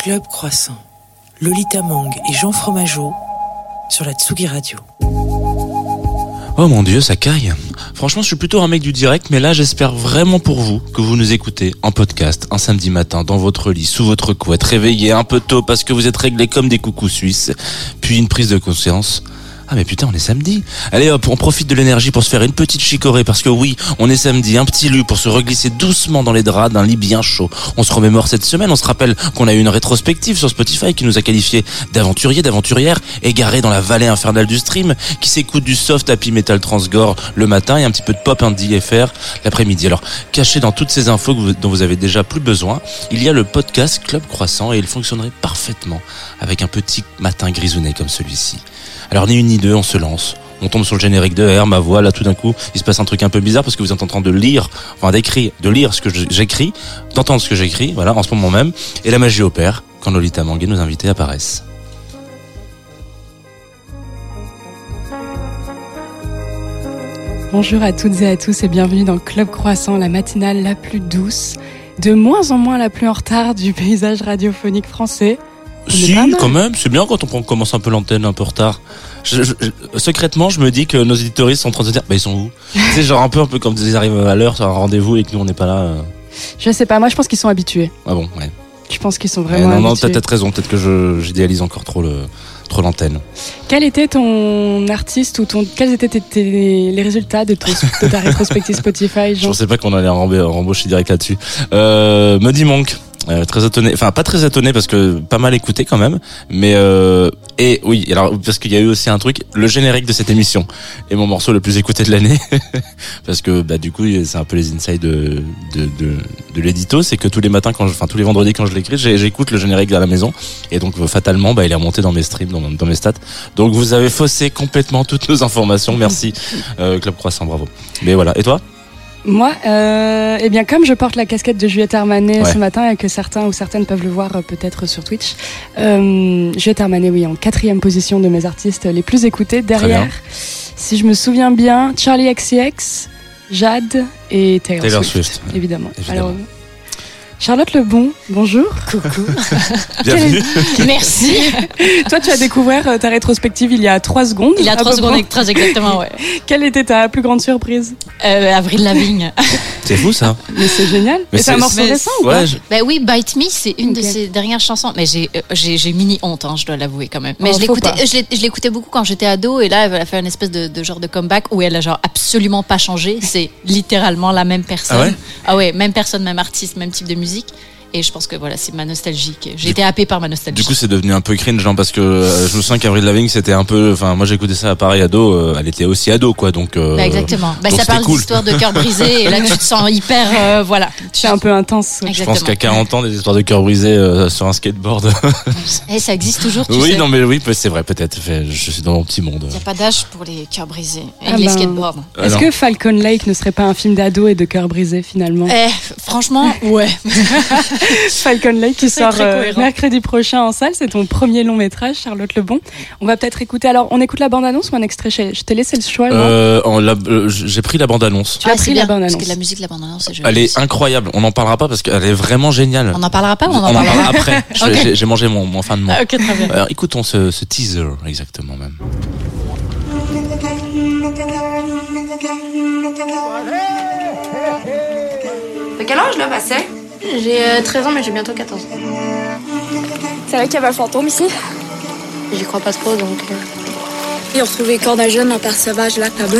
Club Croissant, Lolita Mang et Jean Fromageau sur la Tsugi Radio. Oh mon Dieu, ça caille. Franchement, je suis plutôt un mec du direct, mais là, j'espère vraiment pour vous que vous nous écoutez en podcast, un samedi matin, dans votre lit, sous votre couette, réveillé un peu tôt parce que vous êtes réglés comme des coucous suisses, puis une prise de conscience. Ah mais putain, on est samedi. Allez hop, on profite de l'énergie pour se faire une petite chicorée parce que oui, on est samedi, un petit lu pour se reglisser doucement dans les draps d'un lit bien chaud. On se remémore cette semaine, on se rappelle qu'on a eu une rétrospective sur Spotify qui nous a qualifiés d'aventuriers, d'aventurières, égarés dans la vallée infernale du stream, qui s'écoute du soft happy metal transgore le matin et un petit peu de pop indie FR l'après-midi. Alors, caché dans toutes ces infos dont vous avez déjà plus besoin, il y a le podcast Club Croissant et il fonctionnerait parfaitement avec un petit matin grisounet comme celui-ci. Alors ni une ni deux, on se lance. On tombe sur le générique de R, ma voix, là tout d'un coup, il se passe un truc un peu bizarre parce que vous êtes en train de lire, de lire ce que j'écris, d'entendre ce que j'écris, voilà, en ce moment même. Et la magie opère quand Lolita Mang et nos invités apparaissent. Bonjour à toutes et à tous et bienvenue dans Club Croissant, la matinale la plus douce, de moins en moins la plus en retard du paysage radiophonique français. Si, quand même, c'est bien quand on commence un peu l'antenne un peu en retard. Secrètement, je me dis que nos éditoristes sont en train de se dire, bah ils sont où? C'est genre un peu comme ils arrivent à l'heure sur un rendez-vous et que nous on n'est pas là. Je sais pas, moi je pense qu'ils sont habitués. Ah bon, ouais. Je pense qu'ils sont vraiment habitués. Non, t'as peut-être raison, peut-être que j'idéalise encore trop l'antenne. Quel était ton artiste ou quels étaient les résultats de ta rétrospective Spotify, Jean? Je pensais pas qu'on allait rembaucher direct là-dessus. Muddy Monk. Très étonné, enfin pas très étonné parce que pas mal écouté quand même, mais et oui, alors parce qu'il y a eu aussi un truc, le générique de cette émission est mon morceau le plus écouté de l'année parce que bah du coup c'est un peu les insides de l'édito, c'est que tous les matins tous les vendredis quand je l'écris, j'écoute le générique à la maison et donc fatalement il est remonté dans mes streams, dans mes stats. Donc vous avez faussé complètement toutes nos informations, merci Club Croissant, bravo. Mais voilà, et toi? Moi, eh bien, comme je porte la casquette de Juliette Armanet ce matin et que certains ou certaines peuvent le voir peut-être sur Twitch, Juliette Armanet, oui, en 4e position de mes artistes les plus écoutés. Derrière, si je me souviens bien, Charli XCX, Jade et Taylor Swift. Évidemment. Alors, Charlotte Lebon, bonjour. Coucou. Bienvenue. Merci. Toi, tu as découvert ta rétrospective il y a 3 secondes. Il y a 3 secondes, très exactement, ouais. Quelle était ta plus grande surprise? Avril Lavigne. C'est fou ça. Mais c'est génial. Mais c'est un morceau récent ou pas? Bah oui, Bite Me, c'est une de ses dernières chansons. Mais j'ai mini honte, je dois l'avouer quand même. Mais je l'écoutais beaucoup quand j'étais ado et là, elle a fait une espèce de genre de comeback où elle a genre absolument pas changé. C'est littéralement la même personne. Ah ouais, même personne, même artiste, même type de musique. Et je pense que voilà, c'est ma nostalgie. J'ai été happée par ma nostalgie. Du coup, c'est devenu un peu cringe, parce que je me souviens qu'Avril Lavigne, c'était un peu, enfin, moi j'écoutais ça à pareil ado, elle était aussi ado, quoi, donc. Exactement. Donc ça parle d'histoires de cœur brisé, et là tu te sens hyper, voilà. C'est un peu intense. Exactement. Je pense qu'à 40 ans, des histoires de cœur brisé sur un skateboard. Et ça existe toujours, tu sais. Oui, non, mais oui, c'est vrai, peut-être. Je suis dans mon petit monde. Il n'y a pas d'âge pour les cœurs brisés et les skateboards. Est-ce que Falcon Lake ne serait pas un film d'ado et de cœur brisé finalement? Franchement, ouais. Falcon Lake qui sort mercredi prochain en salle, c'est ton premier long métrage, Charlotte Lebon. On va peut-être écouter, alors on écoute la bande-annonce ou un extrait? Je t'ai laissé le choix. J'ai pris la bande-annonce. Tu as pris la bande-annonce? Parce que la musique de la bande-annonce, c'est joli. Elle est incroyable, on n'en parlera pas parce qu'elle est vraiment géniale. On n'en parlera pas ou on en parlera après. Okay. J'ai mangé mon fin de mois. Ok, très bien. Alors écoutons ce teaser, exactement même. T'as quel âge là, Basset? J'ai 13 ans, mais j'ai bientôt 14 ans. C'est vrai qu'il y avait un fantôme ici? J'y crois pas trop, donc... Et on retrouvait les corps d'un jeune en terre sauvage, là, là-bas.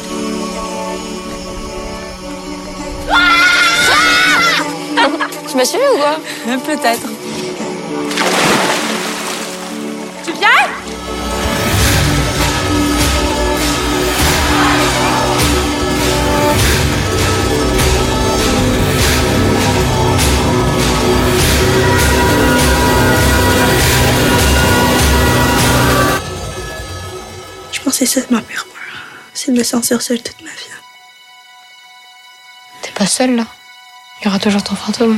Tu m'as suivi ou quoi? Peut-être. Tu viens? Je pense que c'est ça ma pire peur. C'est de me sentir seule toute ma vie. T'es pas seule, là. Il y aura toujours ton fantôme.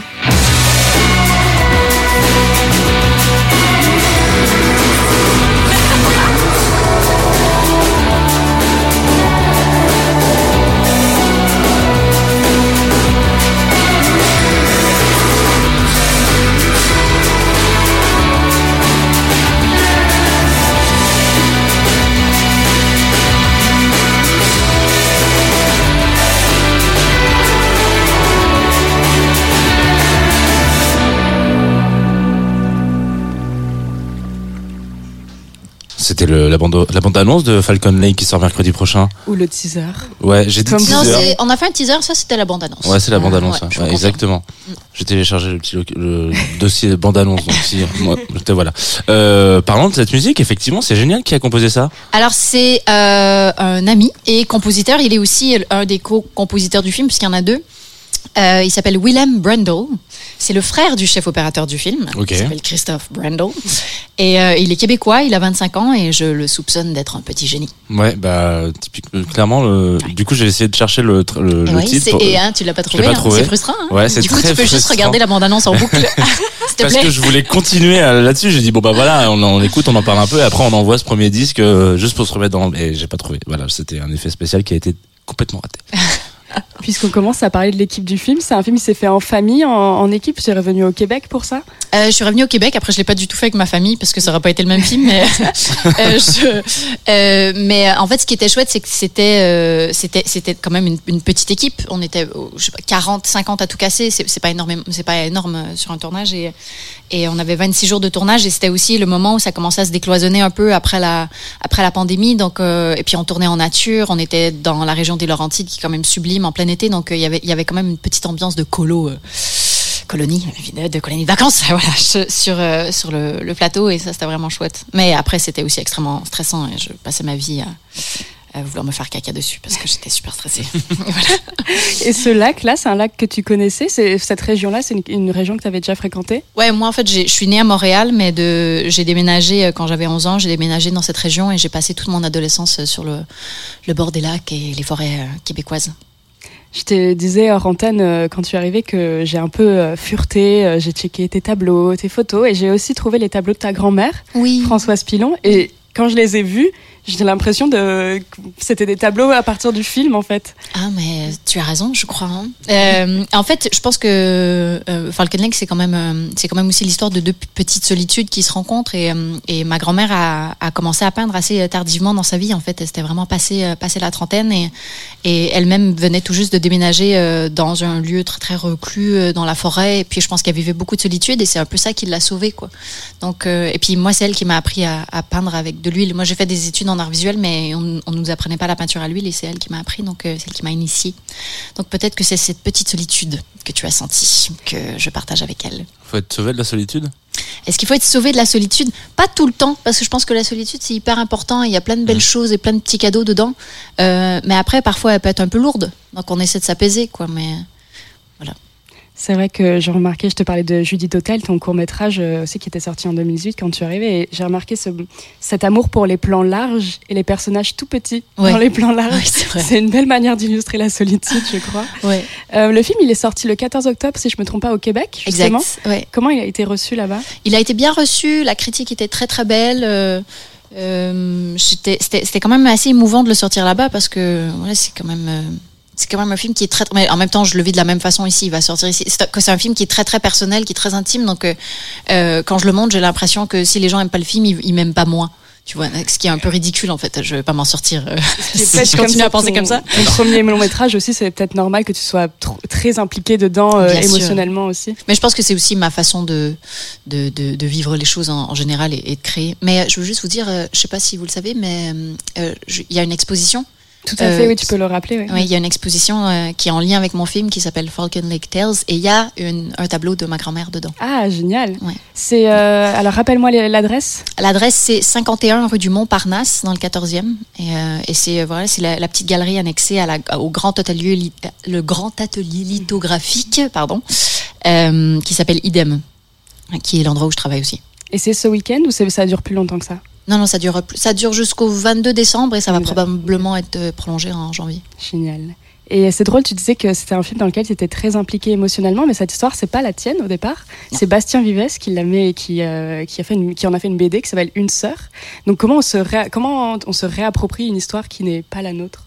C'était la bande-annonce de Falcon Lake qui sort mercredi prochain. Ou le teaser. Ouais, j'ai dit teaser. Non, on a fait un teaser, ça c'était la bande-annonce. Ouais, c'est la bande-annonce. Ouais, exactement. J'ai téléchargé le dossier bande-annonce, donc si, moi, voilà. Parlant de cette musique, effectivement, c'est génial. Qui a composé ça? Alors c'est un ami et compositeur. Il est aussi un des co-compositeurs du film puisqu'il y en a deux. Il s'appelle Willem Brendel. C'est le frère du chef opérateur du film. Okay. Il s'appelle Christophe Brendel. Et il est québécois, il a 25 ans et je le soupçonne d'être un petit génie. Ouais, clairement, du coup, j'ai essayé de chercher le titre. Et tu l'as pas trouvé, c'est frustrant. Hein. Ouais, c'est du coup, très tu peux juste regarder la bande-annonce en boucle. S'il te Parce plaît. que je voulais continuer là-dessus. J'ai dit, voilà, on écoute, on en parle un peu et après on envoie ce premier disque juste pour se remettre dans. Et j'ai pas trouvé. Voilà, c'était un effet spécial qui a été complètement raté. Puisqu'on commence à parler de l'équipe du film, c'est un film qui s'est fait en famille, en équipe. Tu es revenu au Québec pour ça? Je suis revenue au Québec. Après, je l'ai pas du tout fait avec ma famille parce que ça aurait pas été le même film. Mais, mais en fait, ce qui était chouette, c'est que c'était quand même une petite équipe. On était, je sais pas, 40, 50 à tout casser. C'est pas énorme sur un tournage et on avait 26 jours de tournage et c'était aussi le moment où ça commençait à se décloisonner un peu après la pandémie. Donc, et puis on tournait en nature. On était dans la région des Laurentides qui est quand même sublime en plein été. Donc, il y avait quand même une petite ambiance de colonie de vacances, voilà, sur le plateau et ça c'était vraiment chouette. Mais après c'était aussi extrêmement stressant et je passais ma vie à vouloir me faire caca dessus parce que j'étais super stressée. Voilà. Et ce lac-là, c'est un lac que tu connaissais? Cette région-là, c'est une région que tu avais déjà fréquentée? Ouais, moi en fait, je suis née à Montréal, mais j'ai déménagé quand j'avais 11 ans. J'ai déménagé dans cette région et j'ai passé toute mon adolescence sur le bord des lacs et les forêts québécoises. Je te disais hors antenne quand tu es arrivée que j'ai un peu fureté, j'ai checké tes tableaux, tes photos et j'ai aussi trouvé les tableaux de ta grand-mère, Françoise Pilon, et quand je les ai vus, j'ai l'impression que c'était des tableaux à partir du film en fait. Ah mais tu as raison, je crois. En fait, je pense que Falcon Lake c'est quand même aussi l'histoire de deux petites solitudes qui se rencontrent et ma grand-mère a commencé à peindre assez tardivement dans sa vie en fait. Elle s'était vraiment passé la trentaine et elle-même venait tout juste de déménager dans un lieu très très reclus dans la forêt et puis je pense qu'elle vivait beaucoup de solitude et c'est un peu ça qui l'a sauvée quoi. Donc et puis moi c'est elle qui m'a appris à peindre avec de l'huile. Moi j'ai fait des études en art visuel mais on nous apprenait pas la peinture à l'huile et c'est elle qui m'a appris donc c'est elle qui m'a initiée. Donc peut-être que c'est cette petite solitude que tu as sentie que je partage avec elle. Faut être sauvé de la solitude? Est-ce qu'il faut être sauvé de la solitude? Pas tout le temps, parce que je pense que la solitude c'est hyper important, il y a plein de belles choses et plein de petits cadeaux dedans. Mais après parfois elle peut être un peu lourde, donc on essaie de s'apaiser quoi. Mais voilà. C'est vrai que j'ai remarqué, je te parlais de Judith Hotel, ton court-métrage aussi qui était sorti en 2018 quand tu es arrivée, et j'ai remarqué cet amour pour les plans larges et les personnages tout petits dans les plans larges. Ouais, c'est une belle manière d'illustrer la solitude, je crois. Ouais. Le film, il est sorti le 14 octobre, si je me trompe pas, au Québec, justement. Exact. Ouais. Comment il a été reçu là-bas? Il a été bien reçu, la critique était très très belle. C'était quand même assez émouvant de le sortir là-bas parce que voilà, c'est quand même un film qui est très, mais en même temps je le vis de la même façon ici, il va sortir ici. C'est un film qui est très très personnel, qui est très intime, donc quand je le montre j'ai l'impression que si les gens aiment pas le film ils m'aiment pas moins, tu vois, ce qui est un peu ridicule en fait. Je vais pas m'en sortir si je continue à penser comme ça. Ton premier long métrage aussi, c'est peut-être normal que tu sois très impliqué dedans émotionnellement aussi. Mais je pense que c'est aussi ma façon de vivre les choses en général et de créer. Mais je veux juste vous dire, je sais pas si vous le savez, mais il y a une exposition. Tout à fait, oui, tu peux le rappeler. Oui, il y a une exposition qui est en lien avec mon film qui s'appelle Falcon Lake Tales et il y a un tableau de ma grand-mère dedans. Ah, génial. Ouais. C'est, alors, rappelle-moi l'adresse. L'adresse, c'est 51 rue du Montparnasse, dans le 14e. Et c'est la petite galerie annexée au grand atelier lithographique, qui s'appelle Idem, qui est l'endroit où je travaille aussi. Et c'est ce week-end ou ça dure plus longtemps que ça? Non, ça dure jusqu'au 22 décembre et ça va probablement être prolongé en janvier. Génial. Et c'est drôle, tu disais que c'était un film dans lequel tu étais très impliqué émotionnellement, mais cette histoire, c'est pas la tienne au départ. Non. C'est Bastien Vives qui en a fait une BD qui s'appelle Une sœur. Donc comment on se réapproprie une histoire qui n'est pas la nôtre?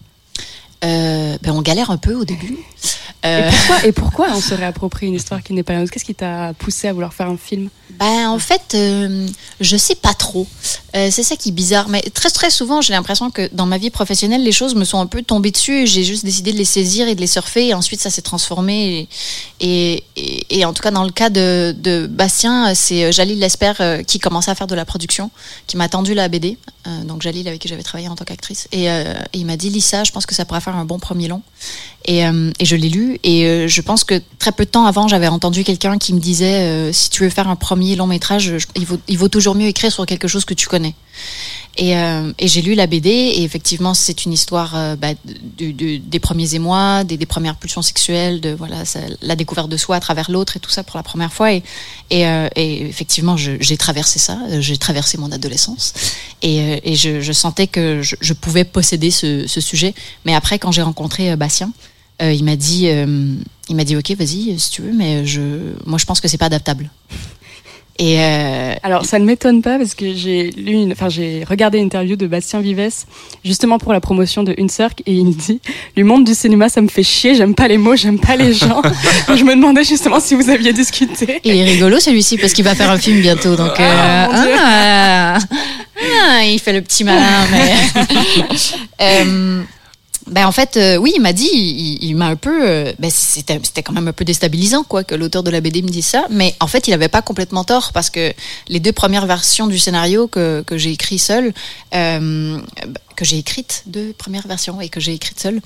On galère un peu au début. Et pourquoi on se réapproprie une histoire qui n'est pas la nôtre? Qu'est-ce qui t'a poussé à vouloir faire un film? En fait, je sais pas trop. C'est ça qui est bizarre. Mais très, très souvent, j'ai l'impression que dans ma vie professionnelle, les choses me sont un peu tombées dessus. J'ai juste décidé de les saisir et de les surfer. Et ensuite, ça s'est transformé. Et en tout cas, dans le cas de Bastien, c'est Jalil Lesper qui commençait à faire de la production, qui m'a tendu la BD. Donc Jalil, avec qui j'avais travaillé en tant qu'actrice. Et il m'a dit, lis ça, je pense que ça pourrait faire un bon premier long. Et je l'ai lu. Et je pense que très peu de temps avant, j'avais entendu quelqu'un qui me disait, si tu veux faire un premier long métrage, il vaut toujours mieux écrire sur quelque chose que tu connais. Et j'ai lu la BD et effectivement c'est une histoire des premiers émois, des premières pulsions sexuelles, la découverte de soi à travers l'autre et tout ça pour la première fois. Et effectivement j'ai traversé ça, j'ai traversé mon adolescence et je sentais que je pouvais posséder ce sujet. Mais après quand j'ai rencontré Bastien, il m'a dit ok vas-y si tu veux, mais moi je pense que c'est pas adaptable. Alors ça ne m'étonne pas parce que j'ai regardé une interview de Bastien Vives justement pour la promotion de Uncirk et il me dit le monde du cinéma ça me fait chier, j'aime pas les mots, j'aime pas les gens. Je me demandais justement si vous aviez discuté. Il est rigolo celui-ci parce qu'il va faire un film bientôt donc il fait le petit malin mais en fait, oui, il m'a dit, il m'a un peu, c'était quand même un peu déstabilisant, quoi, que l'auteur de la BD me dise ça. Mais en fait, il avait pas complètement tort parce que les 2 premières versions du scénario que j'ai écrit seule, que j'ai écrites, 2 premières versions et que j'ai écrites seule,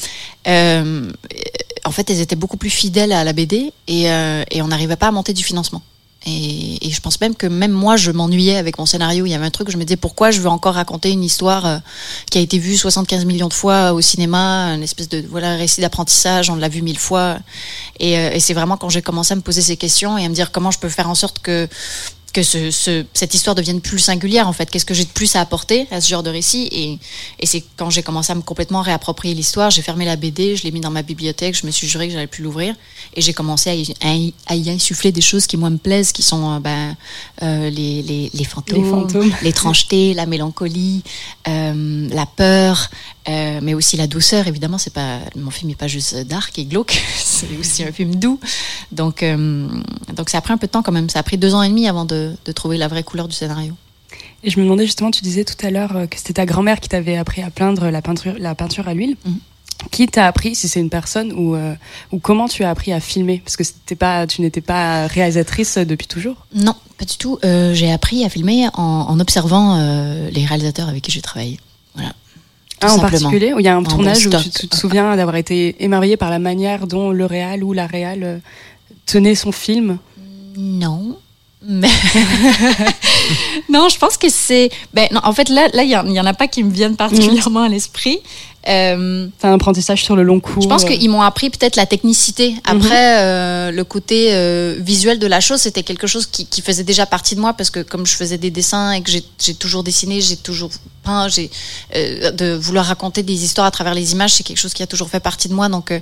en fait, elles étaient beaucoup plus fidèles à la BD et on n'arrivait pas à monter du financement. Et je pense même que même moi je m'ennuyais avec mon scénario. Il y avait un truc où je me disais pourquoi je veux encore raconter une histoire qui a été vue 75 millions de fois au cinéma, une espèce de récit d'apprentissage, on l'a vu 1000 fois et c'est vraiment quand j'ai commencé à me poser ces questions et à me dire comment je peux faire en sorte que cette histoire devienne plus singulière en fait. Qu'est-ce que j'ai de plus à apporter à ce genre de récit et c'est quand j'ai commencé à me complètement réapproprier l'histoire, j'ai fermé la BD, je l'ai mis dans ma bibliothèque, je me suis juré que j'allais plus l'ouvrir et j'ai commencé à y insuffler des choses qui moi me plaisent, qui sont les fantômes, l'étrangeté, la mélancolie, la peur, mais aussi la douceur. Évidemment, mon film n'est pas juste dark et glauque, c'est aussi un film doux. Donc ça a pris un peu de temps quand même. Ça a pris 2 ans et demi avant de trouver la vraie couleur du scénario. Et je me demandais justement, tu disais tout à l'heure que c'était ta grand-mère qui t'avait appris à peindre la peinture à l'huile. Mm-hmm. Qui t'a appris, si c'est une personne, ou comment tu as appris à filmer? Parce que tu n'étais pas réalisatrice depuis toujours. Non, pas du tout. J'ai appris à filmer en observant les réalisateurs avec qui j'ai travaillé. Voilà. En particulier, où il y a un tournage où tu te souviens d'avoir été émerveillée par la manière dont le réal ou la réal tenait son film? Non. Mais non, je pense que c'est. Non, en fait, là, il y en a pas qui me viennent particulièrement à l'esprit. C'est un apprentissage sur le long cours. Je pense qu'ils m'ont appris peut-être la technicité. Après, le côté visuel de la chose, c'était quelque chose qui faisait déjà partie de moi parce que comme je faisais des dessins et que j'ai toujours dessiné, j'ai toujours peint, de vouloir raconter des histoires à travers les images, c'est quelque chose qui a toujours fait partie de moi. Donc,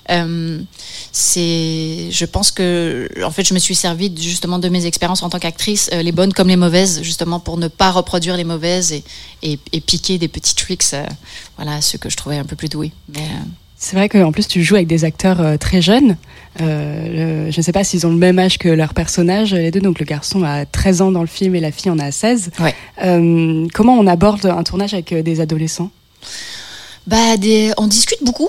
je pense que, en fait, je me suis servie justement de mes expériences en tant qu'actrice, les bonnes comme les mauvaises, justement pour ne pas reproduire les mauvaises et piquer des petits tricks, ceux que je trouvais un peu plus doués. Mais, c'est vrai qu'en plus tu joues avec des acteurs très jeunes. Je ne sais pas s'ils ont le même âge que leur personnage, les deux. Donc le garçon a 13 ans dans le film et la fille en a 16. Ouais. Comment on aborde un tournage avec des adolescents? On discute beaucoup.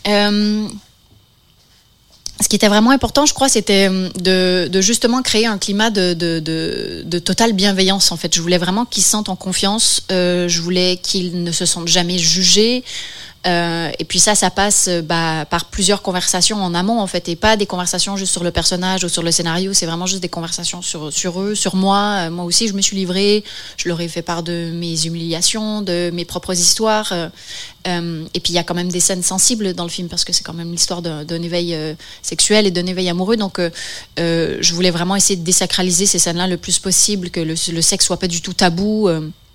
Ce qui était vraiment important, je crois, c'était de justement créer un climat de totale bienveillance. En fait, je voulais vraiment qu'ils se sentent en confiance. Je voulais qu'ils ne se sentent jamais jugés. Et puis ça passe par plusieurs conversations en amont, en fait, et pas des conversations juste sur le personnage ou sur le scénario. C'est vraiment juste des conversations sur eux, sur moi. Moi aussi, je me suis livrée. Je leur ai fait part de mes humiliations, de mes propres histoires. Et puis il y a quand même des scènes sensibles dans le film parce que c'est quand même l'histoire d'un éveil sexuel et d'un éveil amoureux. Donc je voulais vraiment essayer de désacraliser ces scènes-là le plus possible, que le sexe soit pas du tout tabou.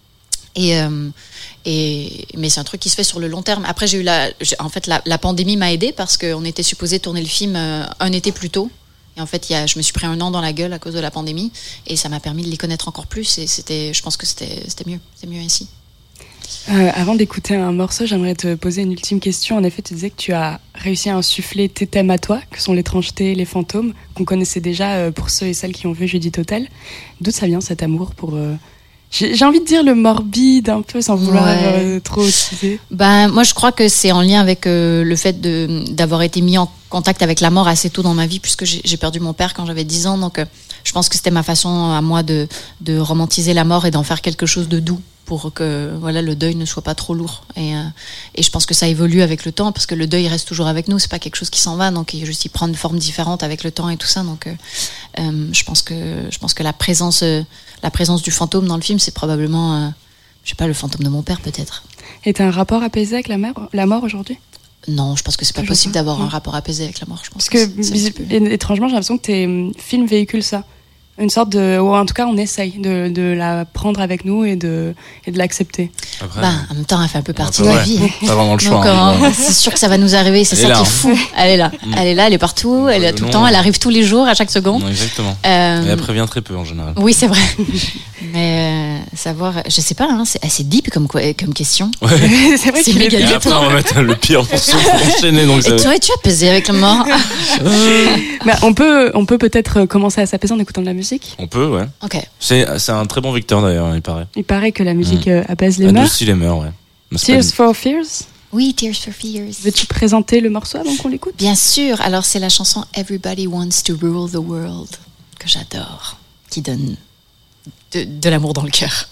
Mais c'est un truc qui se fait sur le long terme. Après, la pandémie m'a aidée parce qu'on était supposé tourner le film un été plus tôt. Et en fait, je me suis pris 1 an dans la gueule à cause de la pandémie. Et ça m'a permis de les connaître encore plus. Et je pense que c'était mieux. C'est mieux ainsi. Avant d'écouter un morceau, j'aimerais te poser une ultime question. En effet, tu disais que tu as réussi à insuffler tes thèmes à toi, que sont l'étrangeté, les fantômes, qu'on connaissait déjà pour ceux et celles qui ont vu Judith Hotel. D'où ça vient cet amour pour... J'ai envie de dire le morbide un peu sans vouloir trop utiliser. Moi je crois que c'est en lien avec le fait d'avoir été mis en contact avec la mort assez tôt dans ma vie, puisque j'ai perdu mon père quand j'avais 10 ans, donc je pense que c'était ma façon à moi de romantiser la mort et d'en faire quelque chose de doux pour que le deuil ne soit pas trop lourd, et je pense que ça évolue avec le temps, parce que le deuil reste toujours avec nous, c'est pas quelque chose qui s'en va, donc il juste prend une forme différente avec le temps et tout ça, donc je pense que la présence du fantôme dans le film, c'est probablement je sais pas, le fantôme de mon père peut-être. Et t'as un rapport apaisé avec la mort aujourd'hui? Non, je pense que c'est pas possible d'avoir un rapport apaisé avec la mort, je pense. Parce que étrangement, j'ai l'impression que tes films véhiculent ça. Une sorte de, ou en tout cas on essaye de la prendre avec nous et de l'accepter. En même temps elle fait un peu partie de la vie. T'as vraiment le choix. Donc, c'est sûr que ça va nous arriver, c'est ça qui est fou. Elle est là, elle est partout, elle est tout le temps, elle arrive tous les jours, à chaque seconde. Non, exactement. Et elle prévient très peu en général. Oui, c'est vrai. Mais savoir, je sais pas, c'est assez deep comme question. Ouais. C'est vrai c'est méga deep. Après on va mettre le pire morceau pour enchaîner. Donc et toi, tu as pesé avec la mort? On peut peut-être commencer à s'apaiser en écoutant de la musique. On peut, ouais. Ok. C'est un très bon vecteur d'ailleurs, il paraît. Il paraît que la musique apaise les mœurs. Adoucit les mœurs, ouais. Tears for Fears. Oui, Tears for Fears. Veux-tu présenter le morceau avant qu'on l'écoute? Bien sûr. Alors c'est la chanson Everybody Wants to Rule the World que j'adore, qui donne de l'amour dans le cœur.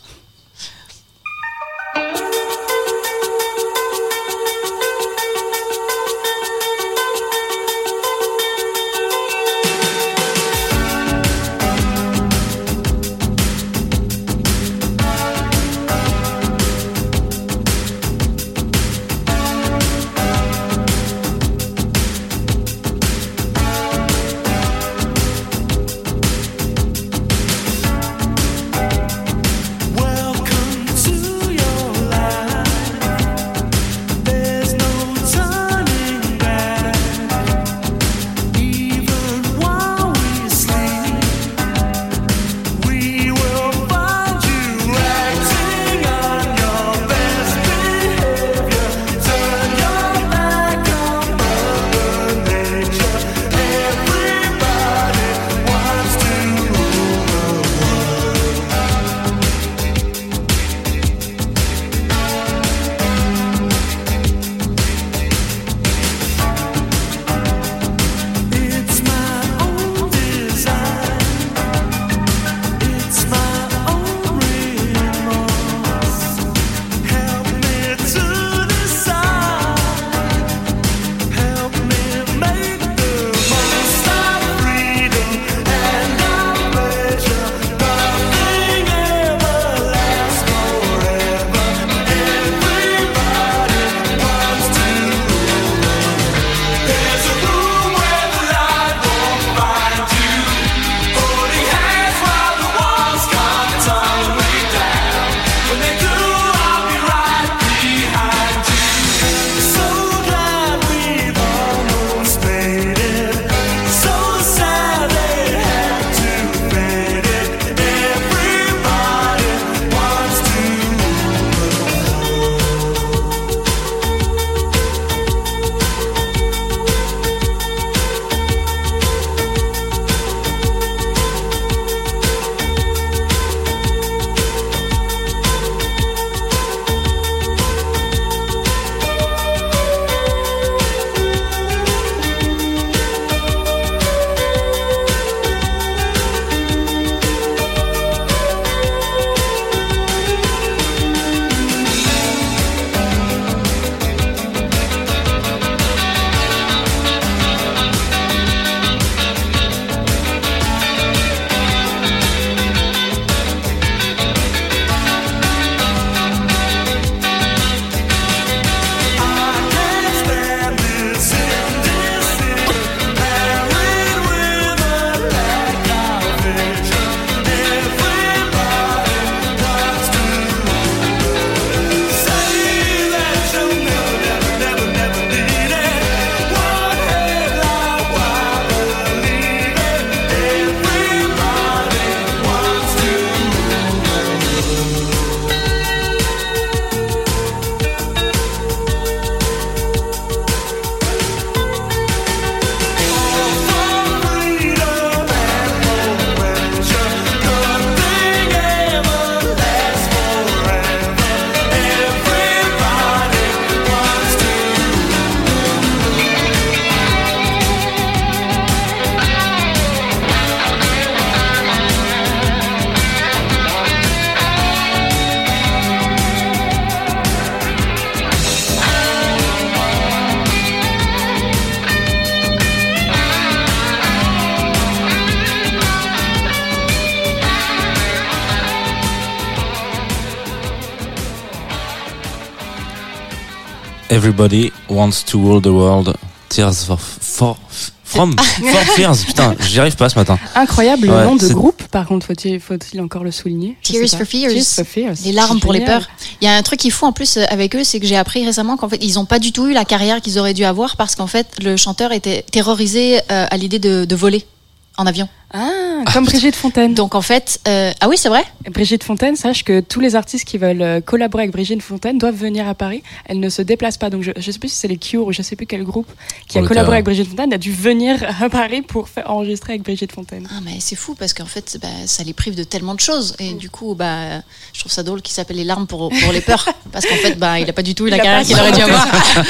Everybody Wants to Rule the World. Tears for Fears. Putain, j'y arrive pas ce matin. Incroyable nom de groupe, par contre, faut-il encore le souligner? Tears for Fears. Les larmes pour les peurs. Il y a un truc qu'ils font en plus avec eux, c'est que j'ai appris récemment qu'en fait, ils ont pas du tout eu la carrière qu'ils auraient dû avoir parce qu'en fait, le chanteur était terrorisé à l'idée de voler en avion. Comme Brigitte Fontaine. Donc en fait, ah oui, c'est vrai. Brigitte Fontaine, sache que tous les artistes qui veulent collaborer avec Brigitte Fontaine doivent venir à Paris. Elle ne se déplace pas. Donc je sais plus si c'est les Cure ou je sais plus quel groupe qui a collaboré avec Brigitte Fontaine a dû venir à Paris pour enregistrer avec Brigitte Fontaine. Ah mais c'est fou parce qu'en fait, ça les prive de tellement de choses et du coup, je trouve ça drôle qu'il s'appelle les larmes pour les peurs parce qu'en fait, il a pas du tout eu la carrière qu'il aurait dû avoir.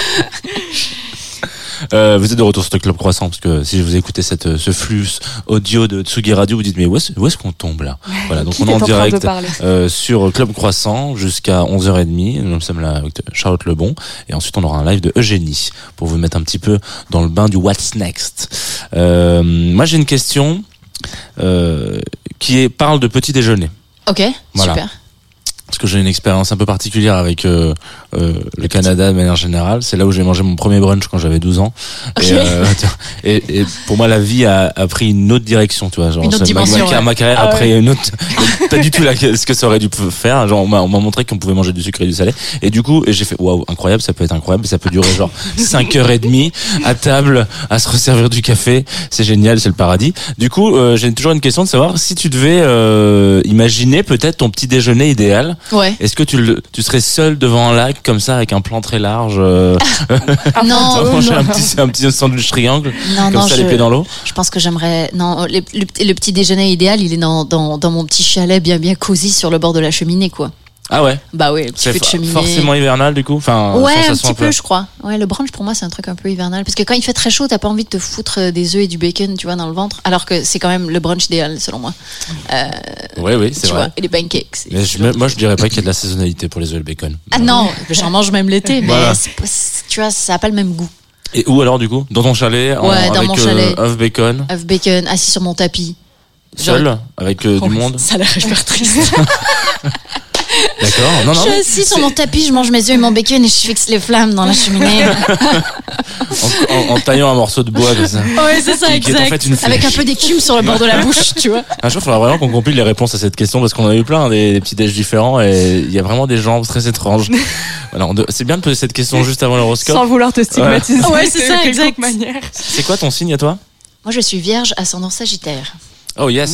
Vous êtes de retour sur le Club Croissant parce que si vous écoutez ce flux audio de Tsugi Radio, vous dites mais où est-ce qu'on tombe là? Voilà, donc on est en direct sur Club Croissant jusqu'à 11h30. Nous sommes là avec Charlotte Lebon et ensuite on aura un live de Eugénie pour vous mettre un petit peu dans le bain du What's Next. Moi j'ai une question qui parle de petit déjeuner. Ok, voilà. Super. Parce que j'ai une expérience un peu particulière avec le Canada de manière générale. C'est là où j'ai mangé mon premier brunch quand j'avais 12 ans. Okay. Et pour moi, la vie a pris une autre direction, tu vois. Genre, une autre dimension. Ma carrière a pris une autre, pas du tout ce que ça aurait dû faire. Genre, on m'a montré qu'on pouvait manger du sucre et du salé. Et du coup, j'ai fait, waouh, incroyable, ça peut être incroyable. Ça peut durer genre 5h30 à table, à se resservir du café. C'est génial, c'est le paradis. Du coup, j'ai toujours une question de savoir si tu devais imaginer peut-être ton petit déjeuner idéal. Ouais. Est-ce que tu serais seul devant un lac comme ça avec un plan très large non, manger un petit sandwich triangle les pieds dans l'eau? Je pense que j'aimerais le petit déjeuner idéal, il est dans mon petit chalet bien cosy sur le bord de la cheminée quoi. Ah ouais? Bah oui, le petit peu de cheminée. Forcément hivernal du coup? Enfin, ouais, un petit peu je crois. Ouais, le brunch pour moi c'est un truc un peu hivernal parce que quand il fait très chaud, t'as pas envie de te foutre des œufs et du bacon, tu vois, dans le ventre, alors que c'est quand même le brunch idéal selon moi. Oui, c'est vrai. Vois, et les pancakes. Moi je dirais pas qu'il y a de la saisonnalité pour les œufs et le bacon. Ah non, j'en mange même l'été, mais voilà. Tu vois, ça a pas le même goût. Et où alors du coup? Dans ton chalet? Dans mon chalet. Œuf bacon, assis sur mon tapis. Seul, avec du monde? Ça a l'air hyper triste. D'accord. Non. Je suis assis sur mon tapis, je mange mes œufs et mon bacon et je fixe les flammes dans la cheminée. en taillant un morceau de bois comme ça. Ouais, c'est ça, exact. En fait une avec un peu d'écume sur le bord de la bouche, tu vois. Un jour, il faudra vraiment qu'on compile les réponses à cette question parce qu'on a eu plein des petits déj différents et il y a vraiment des gens très étranges. Alors, c'est bien de poser cette question juste avant l'horoscope. Sans vouloir te stigmatiser. Ouais, c'est ça, exact. C'est quoi ton signe à toi? Moi, je suis Vierge, ascendant Sagittaire. Oh yes.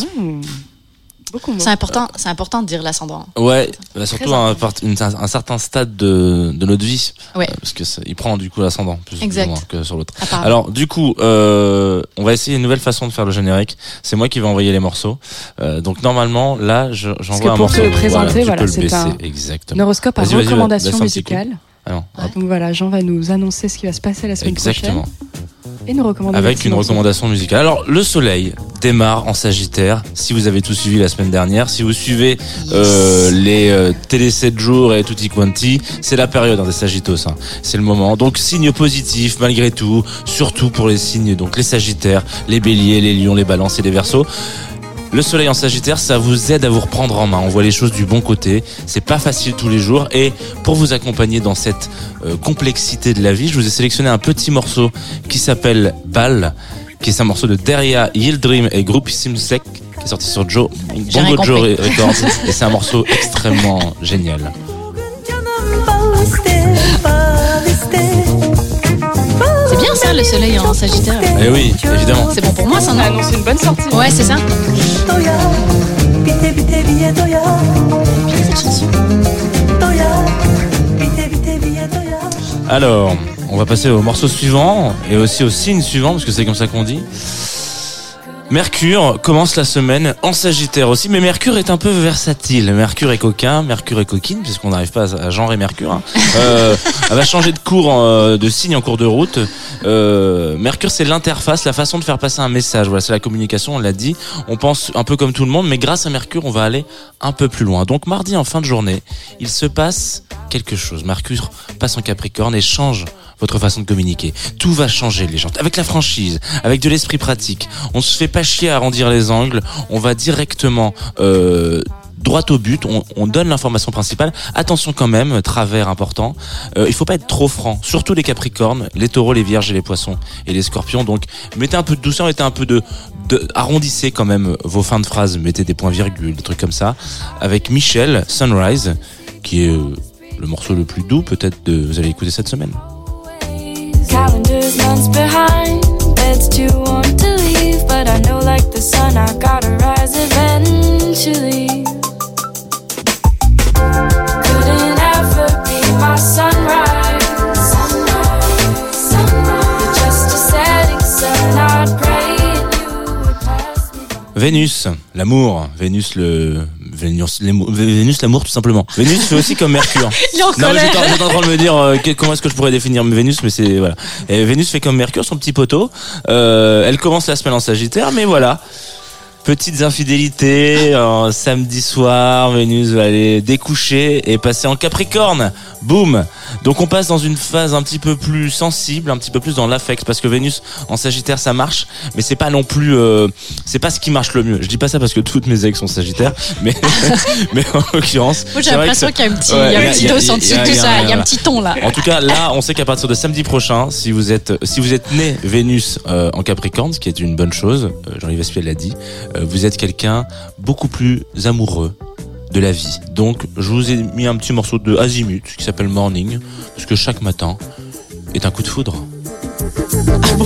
C'est important de dire l'ascendant. Ouais, surtout à un certain stade de notre vie. Ouais. Parce que il prend du coup l'ascendant plus ou moins que sur l'autre. Alors du coup, on va essayer une nouvelle façon de faire le générique. C'est moi qui vais envoyer les morceaux. Donc normalement, là, j'envoie un morceau. Pour te le présenter, c'est un horoscope à recommandation musicale. Donc voilà, Jean va nous annoncer ce qui va se passer la semaine prochaine. Et nous recommander avec une recommandation musicale. Alors, le soleil démarre en Sagittaire. Si vous avez tout suivi la semaine dernière, si vous suivez les télé 7 jours et tutti quanti, c'est la période des Sagittos. C'est le moment. Donc, signe positif malgré tout, surtout pour les signes, donc les Sagittaires, les Béliers, les Lions, les Balances et les Verseaux. Le soleil en Sagittaire, ça vous aide à vous reprendre en main. On voit les choses du bon côté. C'est pas facile tous les jours. Et pour vous accompagner dans cette complexité de la vie, je vous ai sélectionné un petit morceau qui s'appelle Ball, qui est un morceau de Deria Yildirim et Groupe Simsek, qui est sorti sur Bongo Joe Records. Et c'est un morceau extrêmement génial. C'est bien ça, le soleil en Sagittaire. Eh oui, évidemment. C'est bon pour moi, ça, non? C'est une bonne sortie. Ouais, c'est ça. Alors, on va passer au morceau suivant et aussi au signe suivant, parce que c'est comme ça qu'on dit. Mercure commence la semaine en Sagittaire aussi, mais Mercure est un peu versatile. Mercure est coquin, Mercure est coquine, puisqu'on n'arrive pas à genrer Mercure. Elle va changer de cours, de signe en cours de route. Mercure, c'est l'interface, la façon de faire passer un message. Voilà, c'est la communication, on l'a dit. On pense un peu comme tout le monde, mais grâce à Mercure, on va aller un peu plus loin. Donc mardi en fin de journée, il se passe quelque chose. Mercure passe en Capricorne et change votre façon de communiquer. Tout va changer, les gens. Avec la franchise, avec de l'esprit pratique. On se fait pas chier à arrondir les angles. On va directement droit au but, on donne l'information principale. Attention quand même, travers important, il faut pas être trop franc, surtout les Capricornes, les Taureaux, les Vierges et les Poissons et les Scorpions. Donc mettez un peu de douceur, mettez un peu de arrondissez quand même vos fins de phrases, mettez des points-virgules, des trucs comme ça. Avec Michel, Sunrise, qui est le morceau le plus doux peut-être vous allez écouter cette semaine. Calendars months behind, bed's too warm to leave, but I know like the sun I gotta rise eventually. Couldn't ever be my sunrise, you're just a setting sun, I'd pray and you would pass me by. Vénus, l'amour, Vénus l'amour tout simplement. Vénus fait aussi comme Mercure. Non, mais j'étais en train de me dire comment est-ce que je pourrais définir Vénus, mais c'est voilà. Et Vénus fait comme Mercure, son petit poteau. Elle commence la semaine en Sagittaire, mais voilà. Petites infidélités, samedi soir, Vénus va aller découcher et passer en Capricorne. Boum. Donc on passe dans une phase un petit peu plus sensible, un petit peu plus dans l'affect, parce que Vénus en Sagittaire ça marche, mais c'est pas non plus, c'est pas ce qui marche le mieux. Je dis pas ça parce que toutes mes ex sont Sagittaires, mais en l'occurrence. Moi j'ai l'impression qu'il y a un petit dos en dessous de tout ça, il y a un petit ton là. En tout cas là, on sait qu'à partir de samedi prochain, si vous êtes né Vénus en Capricorne, ce qui est une bonne chose, Jean-Yves Espiel l'a dit. Vous êtes quelqu'un beaucoup plus amoureux de la vie. Donc, je vous ai mis un petit morceau de Azimut qui s'appelle Morning, parce que chaque matin est un coup de foudre. Ah bon ?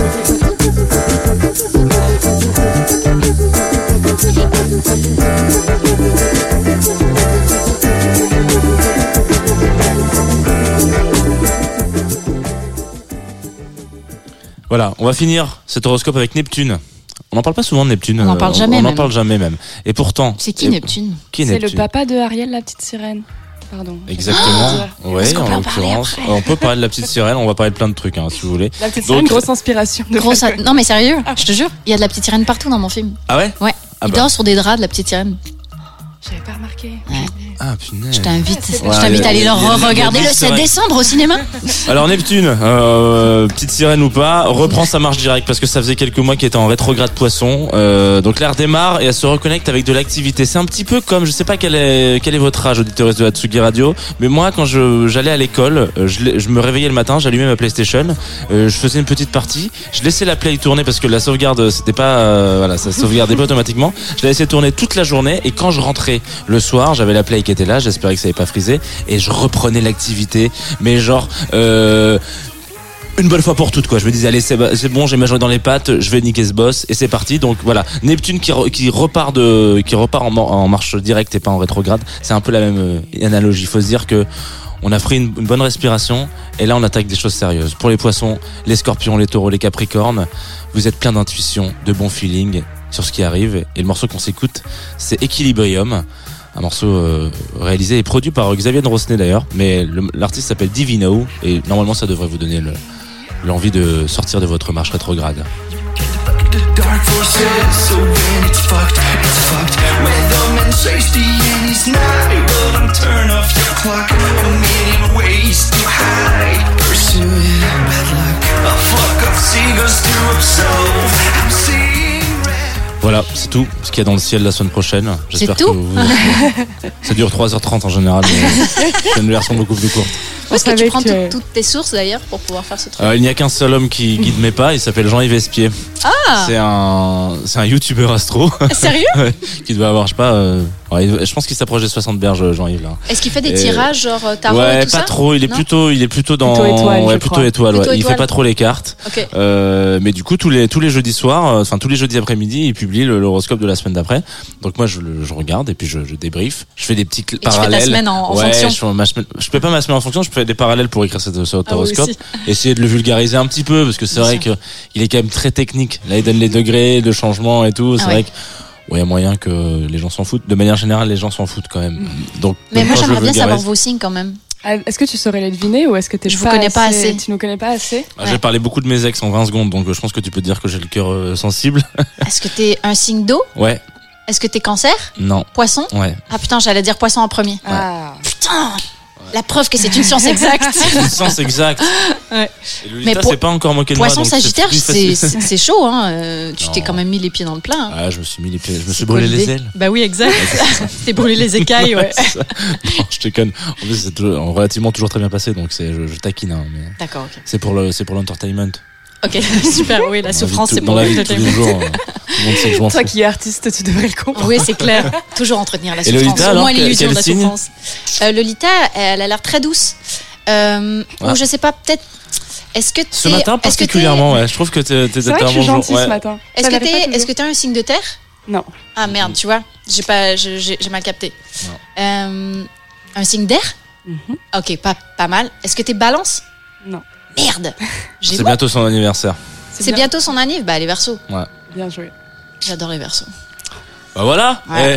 Voilà, on va finir cet horoscope avec Neptune. On n'en parle pas souvent de Neptune. On n'en parle jamais. On n'en parle jamais même. Et pourtant. C'est qui Neptune ? C'est le papa de Ariel, la petite sirène. Pardon. Exactement. Ouais, en l'occurrence. On peut parler de la petite sirène. On va parler de plein de trucs, si vous voulez. La petite sirène, grosse inspiration. Non mais sérieux, je te jure, il y a de la petite sirène partout dans mon film. Ah ouais ? Ouais. Il dort sur des draps de la petite sirène. J'avais pas remarqué. Ouais. Ah punaise. Je t'invite à aller regarder le 7 décembre au cinéma. Alors Neptune, petite sirène ou pas, reprend sa marche directe parce que ça faisait quelques mois qu'elle était en rétrograde Poisson. Donc là elle redémarre et elle se reconnecte avec de l'activité. C'est un petit peu comme, je sais pas quel est votre âge, auditeurs de Hatsugi Radio, mais moi quand j'allais à l'école, je me réveillais le matin, j'allumais ma PlayStation, je faisais une petite partie, je laissais la Play tourner parce que la sauvegarde c'était pas ça sauvegardait pas automatiquement. Je la laissais tourner toute la journée et quand je rentrais le soir, j'avais la Play qui était là, j'espérais que ça n'avait pas frisé et je reprenais l'activité, mais genre une bonne fois pour toutes quoi. Je me disais allez c'est bon, j'ai ma journée dans les pattes, je vais niquer ce boss et c'est parti. Donc voilà, Neptune qui repart en marche directe et pas en rétrograde. C'est un peu la même analogie. Il faut se dire que on a pris une bonne respiration et là on attaque des choses sérieuses. Pour les Poissons, les Scorpions, les Taureaux, les Capricornes, vous êtes plein d'intuition, de bon feeling sur ce qui arrive et le morceau qu'on s'écoute, c'est Equilibrium. Un morceau réalisé et produit par Xavier Drosnet d'ailleurs, mais l'artiste s'appelle Divino et normalement ça devrait vous donner l'envie de sortir de votre marche rétrograde. Voilà, c'est tout ce qu'il y a dans le ciel la semaine prochaine. J'espère c'est tout que ça dure 3h30 en général, mais c'est une version beaucoup plus courte. Où est-ce que tu prends toutes tes sources d'ailleurs pour pouvoir faire ce truc ? Il n'y a qu'un seul homme qui guide mes pas, il s'appelle Jean-Yves Espier. Ah ! C'est un youtubeur astro. Sérieux ? Ouais, qui doit avoir, je sais pas, je pense qu'il s'approche des 60 berges, Jean-Yves là. Est-ce qu'il fait des tirages genre tarot ouais, et tout ça ? Ouais, pas trop, il est plutôt dans plutôt étoile, ouais. Il fait pas trop les cartes. Okay. Mais du coup tous les jeudis soirs, tous les jeudis après-midi, il publie l'horoscope de la semaine d'après. Donc moi je regarde et puis je débrief, je fais des petits parallèles. Tu fais ta semaine en fonction. Je fais pas ma semaine en fonction, je fais des parallèles pour écrire cet horoscope, essayer de le vulgariser un petit peu parce que c'est vrai que il est quand même très technique. Là il donne les degrés de changement et tout, c'est vrai que il y a moyen que les gens s'en foutent. De manière générale, les gens s'en foutent quand même. Mais moi j'aimerais bien savoir vos signes quand même. Est-ce que tu saurais les deviner ou est-ce que je vous connais pas assez? Tu nous connais pas assez? J'ai parlé beaucoup de mes ex en 20 secondes, donc je pense que tu peux dire que j'ai le cœur sensible. Est-ce que t'es un signe d'eau? Ouais. Est-ce que t'es Cancer? Non. Poisson? Ouais. Ah putain, j'allais dire Poisson en premier. Ah. Putain, la preuve que c'est une science exacte. C'est une science exacte. Ouais. Et Lolita, c'est pas encore moqué de moi. Poisson Sagittaire, c'est chaud, hein. Tu t'es quand même mis les pieds dans le plat. Hein. Ah, je me suis mis les pieds, je me suis brûlé les ailes. Bah oui, exact. T'es brûlé les écailles, ouais. Non, je te conne. En plus, c'est relativement toujours très bien passé, donc je taquine. Hein, mais d'accord, ok. C'est pour l'entertainment. Ok, super, oui, la souffrance, c'est pour la vie de tous les jours. Tout le monde sait que je m'en fous. Toi qui es artiste, tu devrais le comprendre. Oui, c'est clair. Toujours entretenir la souffrance. Lolita, au moins l'illusion de la signe souffrance. Lolita, elle a l'air très douce. Ou je sais pas, peut-être. Est-ce que ce matin particulièrement, ouais. Je trouve que t'es c'est vrai que je suis gentille ce matin. Est-ce que t'es un signe de terre? Non. Ah merde, tu vois, j'ai mal capté. Un signe d'air? Ok, pas mal. Est-ce que t'es balance? Non. Merde. C'est bientôt son anniversaire. C'est bientôt son anniversaire. Bah les Verseaux. Ouais. Bien joué. J'adore les Verseaux. Bah voilà. Ouais.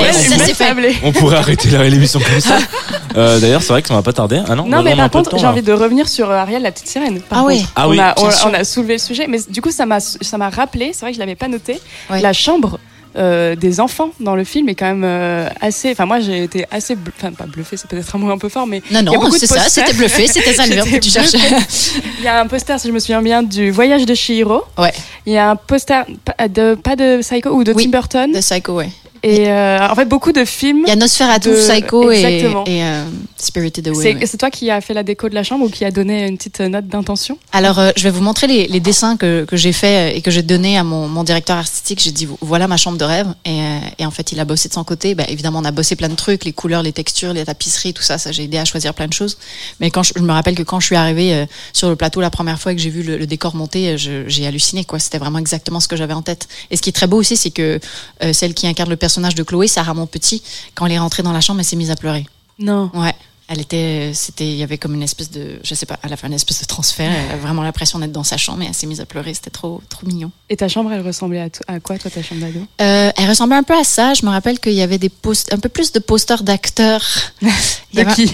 On pourrait arrêter l'émission comme ça. D'ailleurs, c'est vrai que ça m'a pas tardé. Ah non. Non, mais par contre, j'ai envie de revenir sur Ariel, la petite sirène. Oui. Ah oui. On a soulevé le sujet, mais du coup, ça m'a rappelé. C'est vrai que je l'avais pas noté. Ouais. La chambre des enfants dans le film est quand même assez. Enfin, moi, j'ai été assez. Enfin, pas bluffée, c'est peut-être un mot un peu fort, mais. Non, c'est ça. C'était bluffé. C'était ça le verbe que tu cherchais. Il y a un poster, si je me souviens bien, du Voyage de Chihiro. Ouais. Il y a un poster pas de Psycho ou de Tim Burton. De Psycho, ouais. Et en fait, beaucoup de films. Il y a Nosferatu, Psycho et Spirited Away. C'est toi qui as fait la déco de la chambre ou qui a donné une petite note d'intention? Alors, je vais vous montrer les dessins que j'ai fait et que j'ai donné à mon directeur artistique. J'ai dit, voilà ma chambre de rêve. Et en fait, il a bossé de son côté. Bah, évidemment, on a bossé plein de trucs, les couleurs, les textures, les tapisseries, tout ça. Ça, j'ai aidé à choisir plein de choses. Mais je me rappelle que quand je suis arrivée sur le plateau la première fois et que j'ai vu le décor monter, j'ai halluciné, quoi. C'était vraiment exactement ce que j'avais en tête. Et ce qui est très beau aussi, c'est que celle qui incarne le personnage de Chloé, Sarah Monpetit, quand elle est rentrée dans la chambre, elle s'est mise à pleurer. Non. Ouais. Il y avait comme une espèce de, je sais pas, elle a fait une espèce de transfert. Elle avait vraiment l'impression d'être dans sa chambre et elle s'est mise à pleurer. C'était trop mignon. Et ta chambre, elle ressemblait à quoi, toi, ta chambre d'ado? Elle ressemblait un peu à ça. Je me rappelle qu'il y avait un peu plus de posters d'acteurs. Il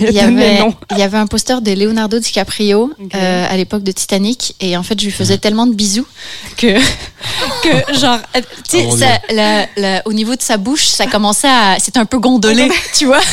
y avait un poster de Leonardo DiCaprio à l'époque de Titanic et en fait, je lui faisais tellement de bisous que genre, tu sais, au niveau de sa bouche, ça commençait c'était un peu gondolé, tu vois.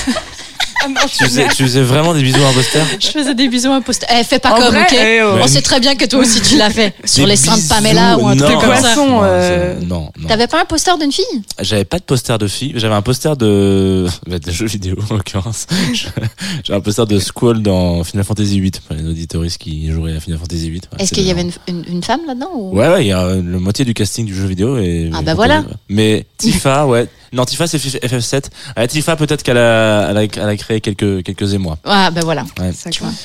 Tu faisais vraiment des bisous à un poster? Je faisais des bisous à un poster. Fais pas comme, vrai, ok? On sait très bien que toi aussi tu l'as fait. Sur les seins de Pamela ou un truc comme ça. Non. T'avais pas un poster d'une fille? J'avais pas de poster de fille. J'avais un poster de jeux vidéo, en l'occurrence. J'avais un poster de Squall dans Final Fantasy VIII. Pour les auditoristes qui joueraient à Final Fantasy VIII. Est-ce qu'il y avait une femme là-dedans ou... Ouais, il y a la moitié du casting du jeu vidéo. Ah bah voilà. Mais Tifa, ouais. Non, Tifa, c'est FF7. Tifa, peut-être qu'elle a créé quelques émois. Ah, ben voilà. Ouais. Tu vois.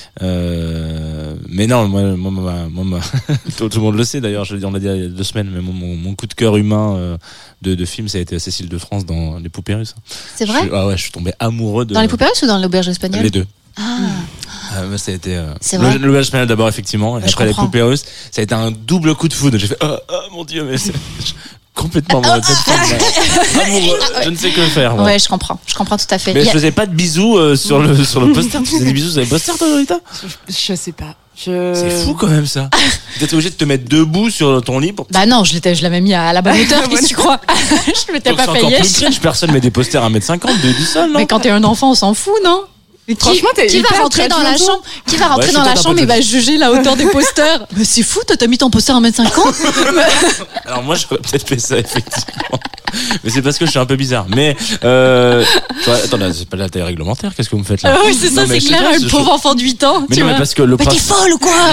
Mais non, moi tout le monde le sait d'ailleurs, on l'a dit il y a 2 semaines, mais mon coup de cœur humain de film, ça a été Cécile de France dans Les Poupées Russes. C'est vrai? Je suis tombé amoureux de. Dans Les Poupées Russes ou dans L'Auberge espagnole? Les deux. Ça a été l'Auberge espagnole d'abord, effectivement, et après Les Poupées Russes. Ça a été un double coup de foudre. J'ai fait, oh mon Dieu, mais c'est complètement amoureux. Je ne sais que faire. Moi. Ouais, je comprends tout à fait. Mais je faisais pas de bisous sur le poster. Tu faisais des bisous sur les posters, toi, Lolita? Je sais pas. C'est fou quand même ça. T'étais obligé de te mettre debout sur ton lit. Bah non, je l'avais mis à la bonne hauteur, qu'est-ce que tu crois? Je m'étais pas payé. C'est encore plus cringe, personne met des posters à 1m50 du sol, non? Mais quand t'es un enfant, on s'en fout, non? Qui va rentrer dans la chambre? Qui va rentrer dans la chambre et va juger la hauteur des posters? Mais c'est fou, toi, t'as mis ton poster à 1m50? Alors moi, j'aurais peut-être fait ça, effectivement. Mais c'est parce que je suis un peu bizarre. Mais attends, là, c'est pas la taille réglementaire. Qu'est-ce que vous me faites là? Oui, c'est ça, c'est clair. Un pauvre enfant de 8 ans. Mais non, mais parce que t'es folle ou quoi?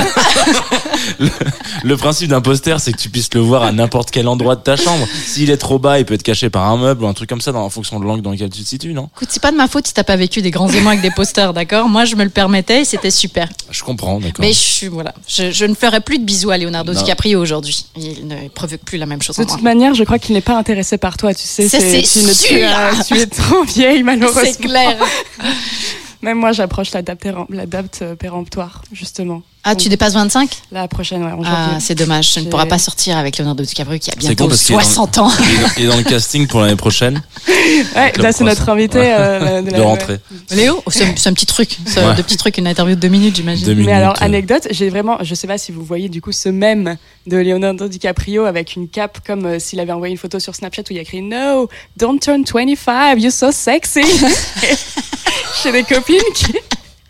Le principe d'un poster, c'est que tu puisses le voir à n'importe quel endroit de ta chambre. S'il est trop bas, il peut être caché par un meuble ou un truc comme ça, en fonction de l'angle dans lequel tu te situes, non? Écoute, c'est pas de ma faute si t'as pas vécu des grands émois avec des posters, d'accord? Moi, je me le permettais et c'était super. Je comprends, d'accord. Mais je ne ferai plus de bisous à Leonardo DiCaprio aujourd'hui. Il ne provoque plus la même chose en moi. De toute manière, je crois qu'il n'est pas intéressé par toi, tu sais. C'est sûr. Tu es trop vieille, malheureusement. C'est clair. Même moi, j'approche la date péremptoire, justement. Ah, donc, tu dépasses 25? La prochaine, ouais, en janvier. Ah, c'est dommage. Je ne pourras pas sortir avec Leonardo DiCaprio qui a bientôt 60 ans. Il est dans le casting pour l'année prochaine. Ouais, là, c'est notre invité de rentrée. Léo, c'est un petit truc. De petits trucs, une interview de 2 minutes, j'imagine. Mais alors, anecdote, je sais pas si vous voyez du coup ce mème de Leonardo DiCaprio avec une cape comme s'il avait envoyé une photo sur Snapchat où il y a écrit No, don't turn 25, you're so sexy. J'ai des copines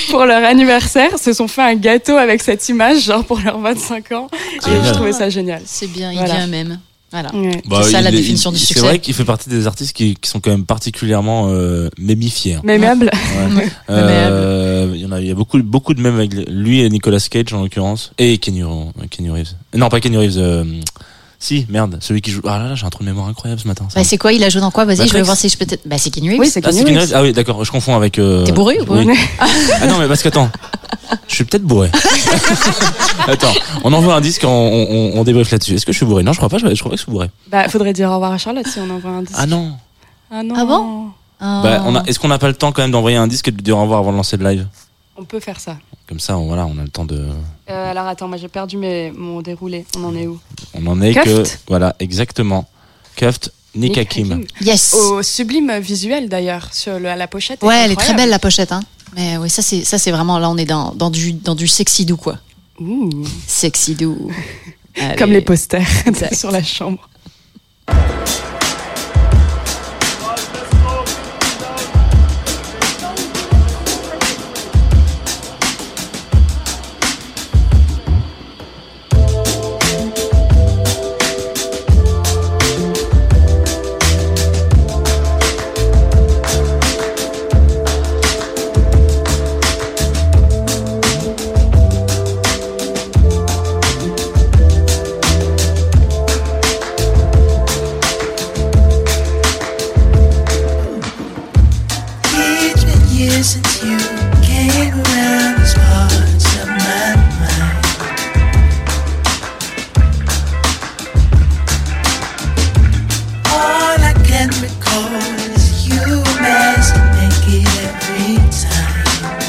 pour leur anniversaire, se sont fait un gâteau avec cette image, genre pour leurs 25 ans. Et je trouvais ça génial. C'est bien, il vient même. Voilà. Ouais. C'est ça la définition du succès. C'est vrai qu'il fait partie des artistes qui sont quand même particulièrement mémifiés. Mémables. Ouais. Il y a beaucoup de mèmes avec lui et Nicolas Cage en l'occurrence. Et Kenny Reeves. Non, pas Kenny Reeves. Si, merde, celui qui joue. Ah là, j'ai un trou de mémoire incroyable ce matin. Bah, c'est quoi? Il a joué dans quoi? Vas-y, Matrix. je vais voir si je peux. Bah, c'est Keanu Reeves. Oui, c'est Keanu Reeves. Ah oui, d'accord, je confonds avec. T'es bourré ou pas? Oui. Ah non, mais parce qu'attends, je suis peut-être bourré. Attends, on envoie un disque, on débriefe là-dessus. Est-ce que je suis bourré? Non, je crois pas. Je crois que je suis bourré. Bah, faudrait dire au revoir à Charlotte si on envoie un disque. Ah non. Ah non. Ah bon? Bah, est-ce qu'on n'a pas le temps quand même d'envoyer un disque et de dire au revoir avant de lancer le live? On peut faire ça. Comme ça, on a le temps de. Alors attends, moi j'ai perdu mon déroulé. On en est où? On en est Cuffed. que voilà, exactement. Cuffed, Nick Hakim. Yes. Au sublime visuel d'ailleurs sur la pochette. Ouais, elle est très belle la pochette, hein. Mais oui, ça c'est vraiment là, on est dans du sexy doux quoi. Ouh. Sexy doux. Comme les posters sur la chambre. Since you came around these parts of my mind, all I can recall is you as naked every time.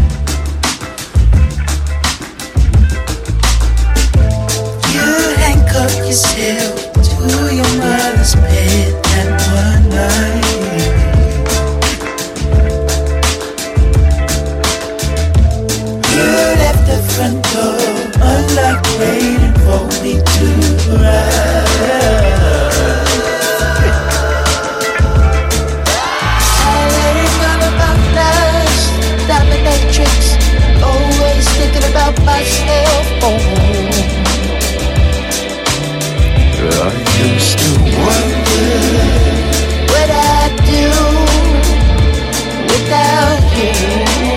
You handcuffed yourself to your mother's bed that one night. Front door unlocked, waiting for me to arrive. I let it all about lust, dominatrix, always thinking about myself. I used to wonder what I'd do without you.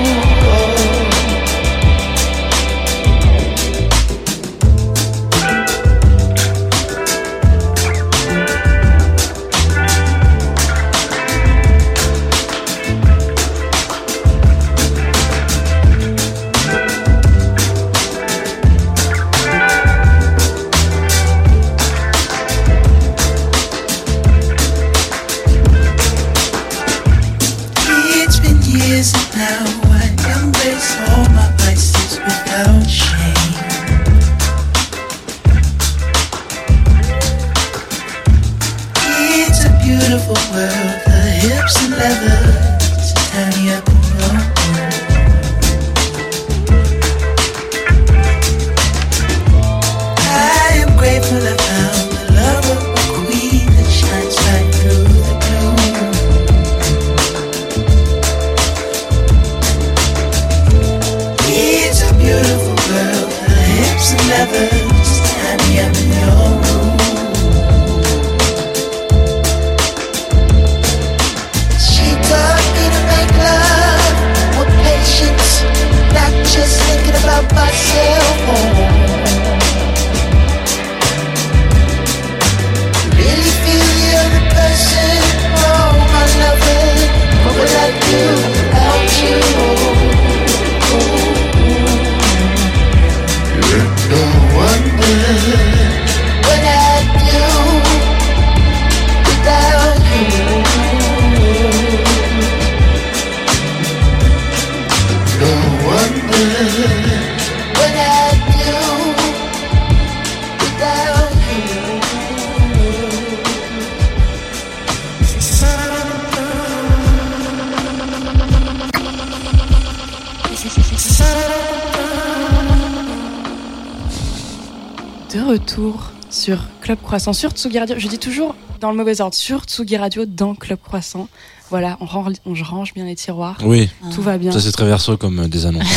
De retour sur Club Croissant, sur Tsugi Radio. Je dis toujours dans le mauvais ordre sur Tsugi Radio dans Club Croissant. Voilà, on range bien les tiroirs. Oui. Tout va bien. Ça c'est très verso comme des annonces.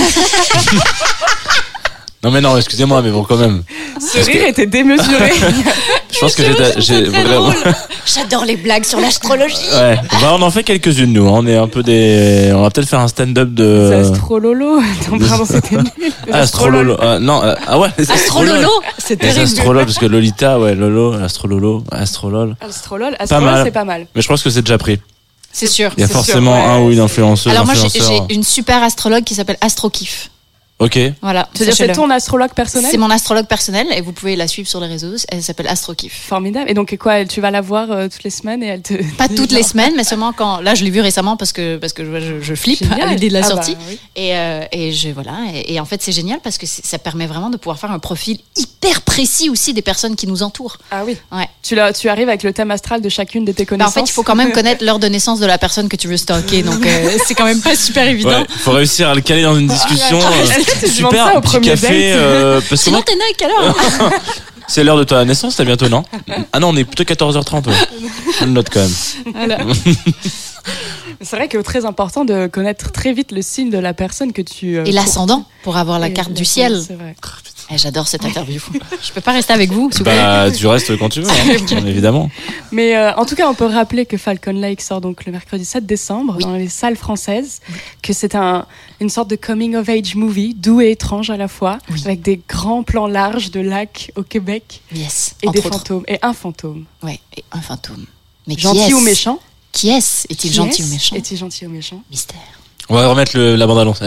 Non, excusez-moi, mais bon, quand même. Ce rire était démesuré. Je pense que j'ai vraiment... J'adore les blagues sur l'astrologie. Ouais. Bah, on en fait quelques-unes, nous. On est un peu on va peut-être faire un stand-up de... C'est Astrololo. Non, pardon, c'était nul. Astrololo. Non, ouais. Astrololo. C'est terrible. Astrolol, parce que Lolita, ouais, Lolo, Astrololo, Astrolol. Astrolol, c'est pas mal. Mais je pense que c'est déjà pris. C'est sûr. Il y a forcément un ou une influenceuse. Alors moi, j'ai une super astrologue qui s'appelle Astrokif. Ok. Voilà. C'est ton astrologue personnel ? C'est mon astrologue personnel et vous pouvez la suivre sur les réseaux. Elle s'appelle Astrokif. Formidable. Et donc quoi, tu vas la voir toutes les semaines et elle te... Pas toutes les semaines, mais seulement quand. Là, je l'ai vue récemment parce que je flippe à l'idée de la sortie. Bah, oui. Et en fait, c'est génial parce que ça permet vraiment de pouvoir faire un profil hyper précis aussi des personnes qui nous entourent. Ah oui. Ouais. Tu arrives avec le thème astral de chacune de tes connaissances. En fait, il faut quand même connaître l'heure de naissance de la personne que tu veux stalker. Donc c'est quand même pas super évident. Ouais, faut réussir à le caler dans une discussion. Super. Petit café, parce que sinon t'es né à quelle heure? C'est l'heure de ta naissance, t'as bientôt, non? Ah non, on est plutôt 14h30, ouais. Je le note quand même. Voilà. C'est vrai que c'est très important de connaître très vite le signe de la personne que tu... Et l'ascendant, pour avoir la carte du ciel. C'est vrai. J'adore cette interview. Je peux pas rester avec vous, s'il vous plaît. Bah, tu restes quand tu veux, hein, évidemment. Mais en tout cas, on peut rappeler que Falcon Lake sort donc le mercredi 7 décembre dans les salles françaises, que c'est une sorte de coming of age movie, doux et étrange à la fois, avec des grands plans larges de lacs au Québec. Yes. Et des fantômes. Et un fantôme. Ouais, et un fantôme. Mais gentil ou méchant? Qui est-ce? Est-il gentil ou méchant? Est-il gentil ou méchant? Mystère. On va remettre la bande-annonce.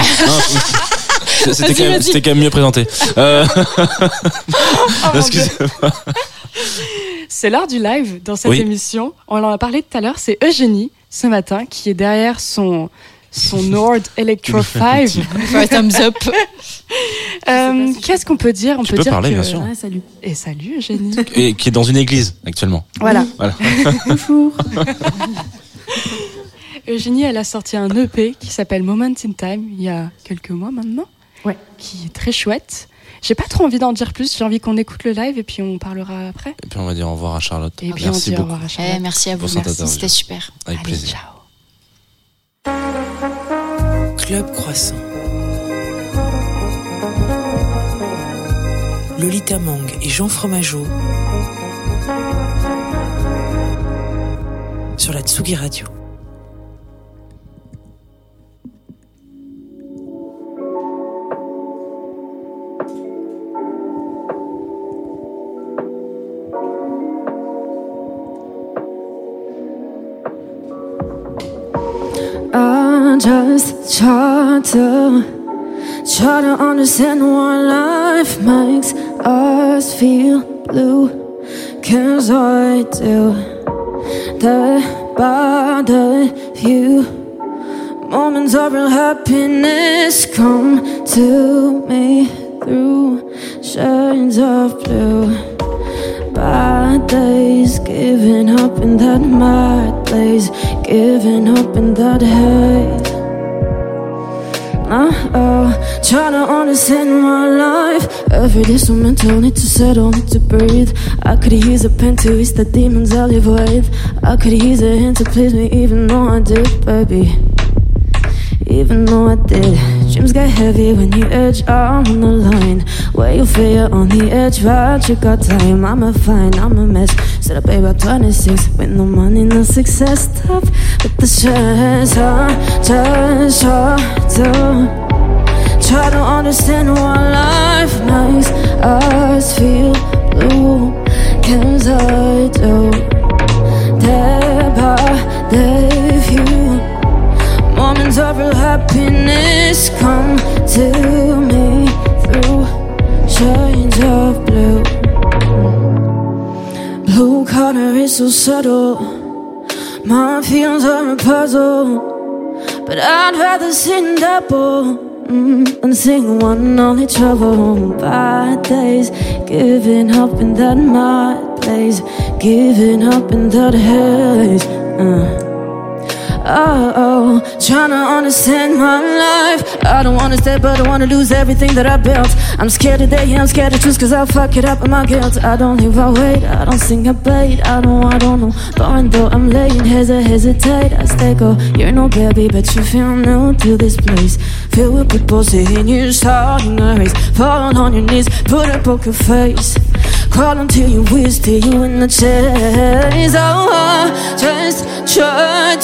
C'était quand même mieux présenté. Excusez-moi. C'est l'heure du live dans cette émission. On en a parlé tout à l'heure. C'est Eugénie, ce matin, qui est derrière son Nord Electro 5. Un thumbs up. Qu'est-ce qu'on peut dire? Tu peux parler, bien sûr. Ah, salut. Et salut, Eugénie. Et qui est dans une église, actuellement. Voilà. Bonjour. Eugénie, elle a sorti un EP qui s'appelle Moment in Time il y a quelques mois maintenant. Ouais. Qui est très chouette. J'ai pas trop envie d'en dire plus. J'ai envie qu'on écoute le live et puis on parlera après. Et puis on va dire au revoir à Charlotte. Et puis merci on dit beaucoup. au revoir à Charlotte. Merci à vous. Merci, c'était super. Avec Allez, plaisir. Ciao. Club Croissant. Lolita Mang et Jean Fromageau sur la Tsugi Radio. I just try to understand why life makes us feel blue, 'cause I do. Day by day, few moments of real happiness come to me through shades of blue. Bad days, giving up in that mad place, giving up in that haze. Trying to understand my life. Every day so mental, need to settle, need to breathe. I could use a pen to ease the demons I live with. I could use a hand to please me, even though I did, baby. Even though I did. Dreams get heavy when you edge, I'm on the line. Where you feel you're on the edge, right? You got time, I'm a fine, I'm a mess. Set up baby at 26, with no money, no success. Tough with the stress, I just try to understand why life makes us feel blue, 'cause I do. Day by day, few moments of real happiness come to me through shades of blue. Blue color is so subtle, my feelings are a puzzle, but I'd rather sing double than sing one, only trouble. Bad days, giving up in that mad place, giving up in that haze. Trying to understand my life. I don't wanna stay, but I wanna lose everything that I built. I'm scared today, yeah, I'm scared to choose, cause I'll fuck it up with my guilt. I don't leave, I wait, I don't sing, I blade. I don't know, boring though I'm late. Hesitate, I stay go. You're no baby, but you feel new to this place. Filled with people saying you're starting a race. Fall on your knees, put a poker face. Crawl until you wish, till you in the chase. Oh, I just try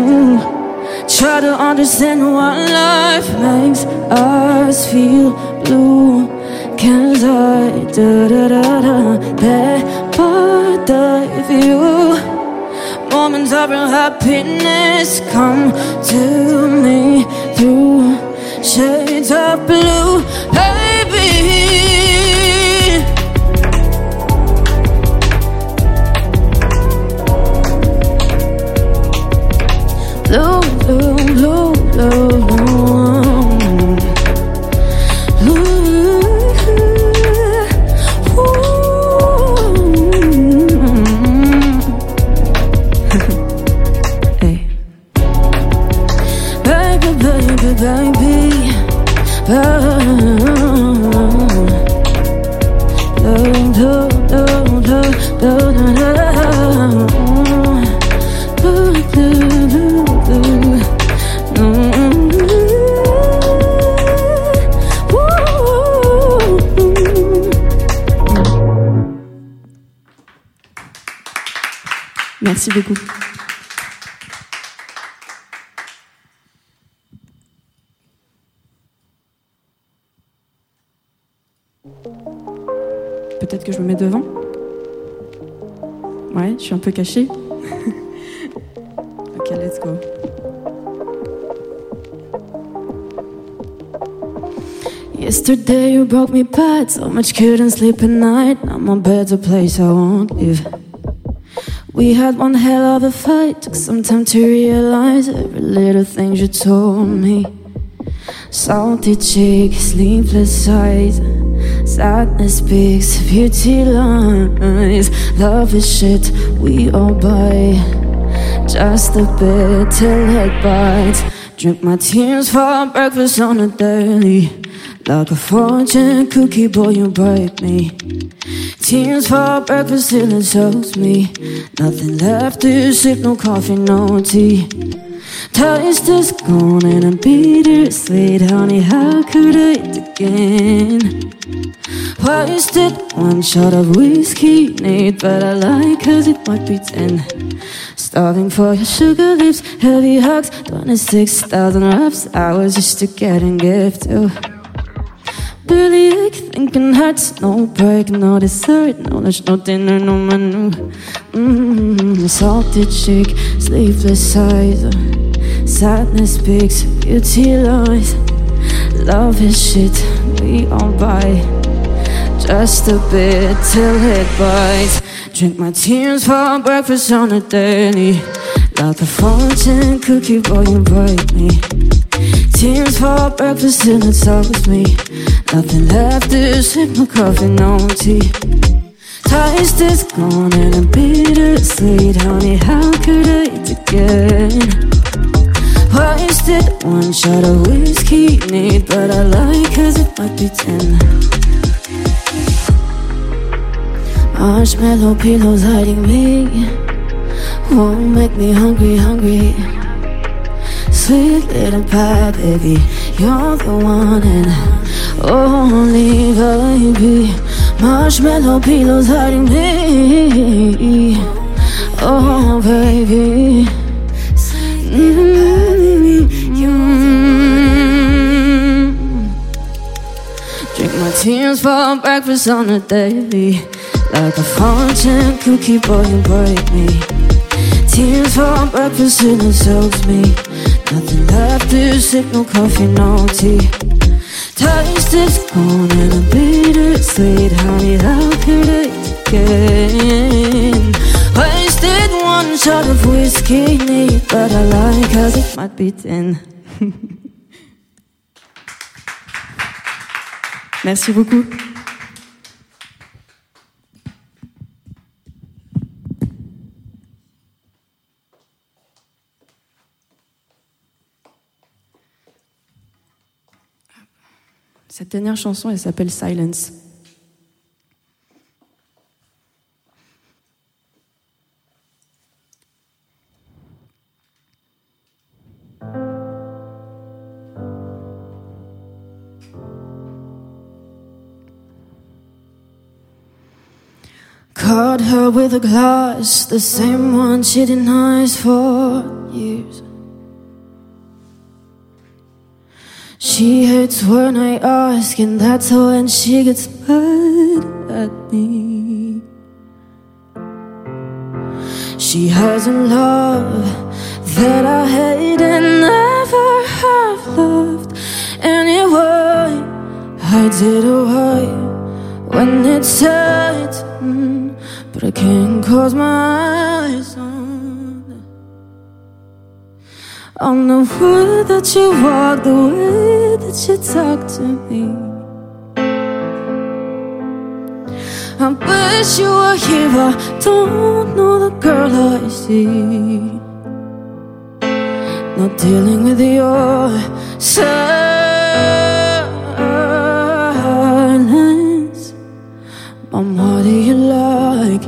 to understand why life makes us feel blue. Cause I that part of you. Moments of real happiness come to me through shades of blue, baby. Blue, blue, blue, blue, hey. Baby, baby, baby, Merci beaucoup. Peut-être que je me mets devant. Ouais, je suis un peu cachée. Ok, let's go. Yesterday you broke me bad, so much couldn't sleep at night. Now my bed's a place I won't leave. We had one hell of a fight, took some time to realize every little thing you told me. Salty cheek, sleepless eyes, sadness speaks, beauty lies. Love is shit we all buy, just a bit till it bites. Drink my tears for breakfast on a daily. Like a fortune cookie, boy, you break me. Tears for breakfast till it chokes me. Nothing left to sip, no coffee, no tea. Taste is gone and I'm bittersweet. Honey, how could I eat again? Wasted one shot of whiskey, neat, but I like cause it might be 10. Starving for your sugar lips, heavy hugs, 26,000 raps, hours just to get and give to. Barely ache, thinking hurts, no break, no dessert, no lunch, no dinner, no menu. Salted cheek, sleepless eyes, sadness speaks, beauty lies. Love is shit we all buy, just a bit till it bites. Drink my tears for breakfast on a daily. Like a fortune cookie, boy, you break me. Tears for breakfast till it soaks me. Nothing left to sip, no coffee, no tea. Taste is gone and I'm bittersweet. Honey, how could I eat again? Wasted one shot of whiskey, neat, but I like cause it might be 10. Marshmallow pillows hiding me, won't make me hungry, hungry. Sweet little pie, baby, you're the one and only baby. Marshmallow pillows hiding me, oh baby. Drink my tears for breakfast on a daily. Like a fortune cookie, boy, you break me. Tears for breakfast till it soaks me. Nothing left to sip, no coffee, no tea. Taste is gone and I'm bittersweet. Honey, how could I eat again? Wasted one shot of whiskey, neat, but I like cause it might be 10. Merci beaucoup. Cette dernière chanson, elle s'appelle Silence. Caught her with a glass, the same one she denies for years. She hates when I ask, and that's when she gets mad at me. She has a love that I hate and never have loved anyway. Hides it away when it's sad, but I can't close my eyes on the way that you walk, the way that you talk to me. I wish you were here, I don't know the girl I see. Not dealing with your silence. Mom, what do you like?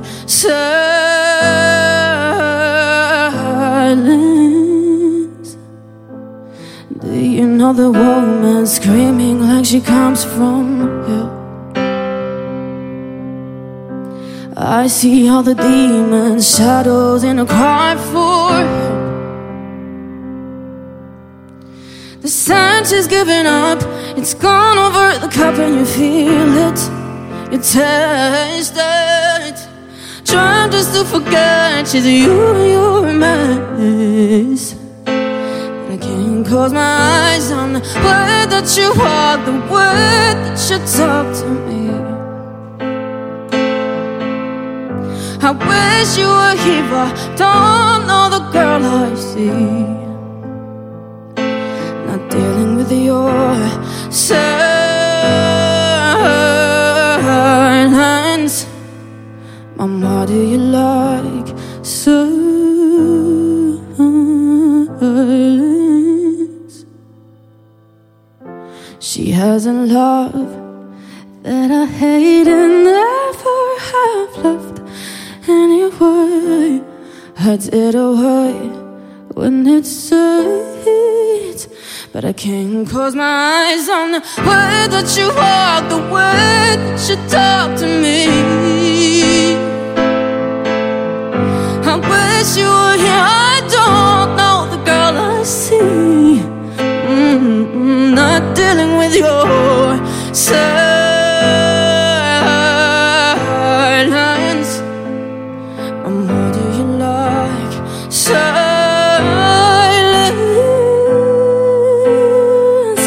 Silence. Do you know the woman screaming like she comes from hell? I see all the demons, shadows in a cry for help. The scent is giving up, it's gone over the cup and you feel it, you taste it. Trying just to forget she's you're a mess. But I can't close my eyes on the way that you walk, the way that you talk to me. I wish you were here, but don't know the girl I see. Not dealing with your silence. Mom, what do you like? Silence. She has a love that I hate and never have loved anyway. Hides it away when it's sad, but I can't close my eyes on the way that you walk, the way that you talk to me. I wish you were here, I don't know the girl I see. Not dealing with your silence. What do you like? Silence.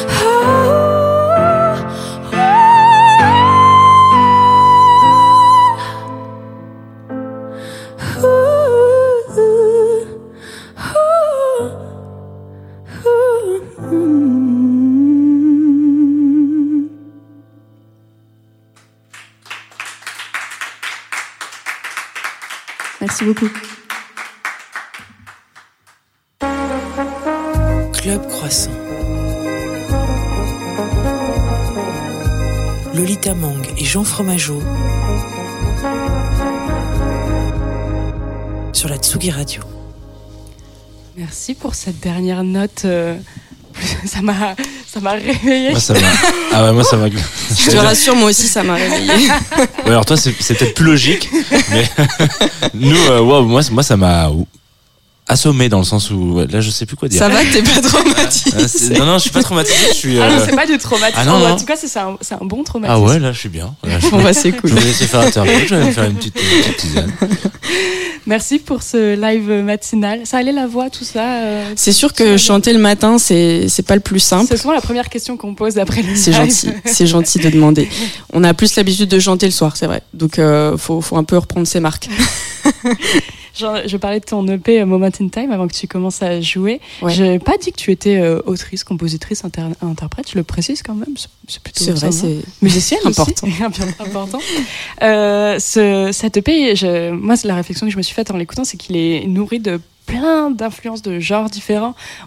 Merci beaucoup. Club Croissant. Lolita Mang et Jean Fromageau sur la Tsugi Radio. Merci pour cette dernière note. Ça m'a réveillée. Moi, ça m'a. Ah ouais, moi, ça m'a. Je te rassure, moi aussi, ça m'a réveillée. Ouais, alors toi, c'est peut-être plus logique, mais nous, wow, moi, ça m'a assommé dans le sens où là, je sais plus quoi dire. Ça va, t'es pas traumatisé? Non, je suis pas traumatisé. Je suis. Ah non, c'est pas du traumatisme. Ah non. En tout cas, c'est un bon traumatisme. Ah ouais, là, je suis bien. Bon, bah, c'est cool. Je vais laisser faire l'interview. Je vais me faire une petite tisane. Merci pour ce live matinal. Ça allait la voix, tout ça C'est sûr que chanter le matin, c'est pas le plus simple. C'est souvent la première question qu'on pose après le C'est live. gentil, c'est gentil de demander. On a plus l'habitude de chanter le soir, c'est vrai. Donc faut un peu reprendre ses marques. Je parlais de ton EP Moment in Time avant que tu commences à jouer. Ouais. Je n'ai pas dit que tu étais autrice, compositrice, interprète. Je le précise quand même. C'est plutôt c'est vrai, c'est musicienne important. Aussi. Important. Cet EP, moi, la réflexion que je me suis faite en l'écoutant, c'est qu'il est nourri de plein d'influences de genres différents.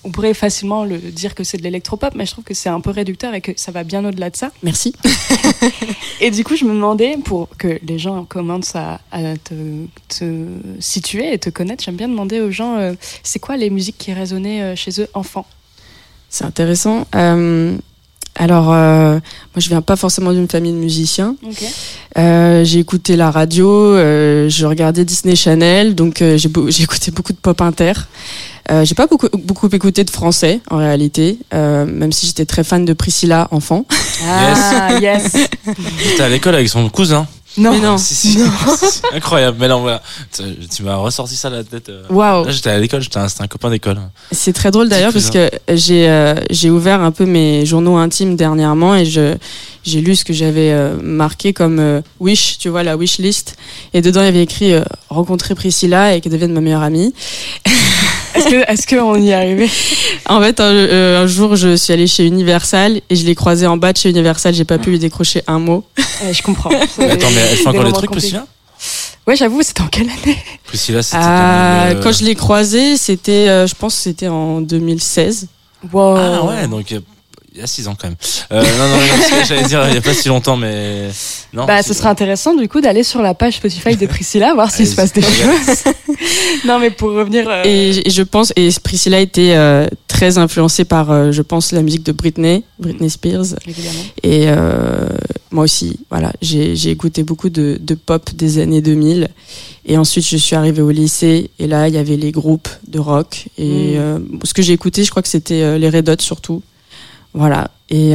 on pourrait facilement le dire que c'est de l'électropop, mais je trouve que c'est un peu réducteur et que ça va bien au-delà de ça. Merci. Et du coup, je me demandais, pour que les gens commencent à te situer et te connaître, j'aime bien demander aux gens, c'est quoi les musiques qui résonnaient chez eux enfants? C'est intéressant. Alors, moi, je viens pas forcément d'une famille de musiciens. Okay. J'ai écouté la radio, je regardais Disney Channel, donc j'ai écouté beaucoup de pop inter. J'ai pas beaucoup écouté de français, en réalité, même si j'étais très fan de Priscilla, enfant. Ah, yes. J'étais à l'école avec son cousin. Non, mais non. Si. Non. C'est incroyable. Mais non, voilà. Tu m'as ressorti ça de la tête. Waouh. Là, j'étais à l'école, c'était un copain d'école. C'est très drôle d'ailleurs parce que j'ai ouvert un peu mes journaux intimes dernièrement et j'ai lu ce que j'avais marqué comme wish, tu vois, la wish list. Et dedans, il y avait écrit rencontrer Priscilla et qu'elle devienne ma meilleure amie. Est-ce qu'on y est arrivé? En fait, un jour, je suis allée chez Universal et je l'ai croisée en bas de chez Universal. J'ai pas pu lui décrocher un mot. Je comprends. Mais attends, mais elle fait encore des trucs, Priscilla? Ouais, j'avoue, c'était en quelle année? Priscilla, c'était quand je l'ai croisée, c'était, je pense que c'était en 2016. Wow. Ah ouais, donc il y a 6 ans quand même. Non, j'allais dire il y a pas si longtemps, mais non. Bah, ce serait intéressant du coup d'aller sur la page Spotify de Priscilla, voir s'il se passe des choses. Non, mais pour revenir. Et je pense, et Priscilla était très influencée par, je pense, la musique de Britney Spears. Évidemment. Et moi aussi, voilà, j'ai écouté beaucoup de pop des années 2000. Et ensuite, je suis arrivée au lycée et là, il y avait les groupes de rock. Et ce que j'ai écouté, je crois que c'était les Red Hot surtout. Voilà. Et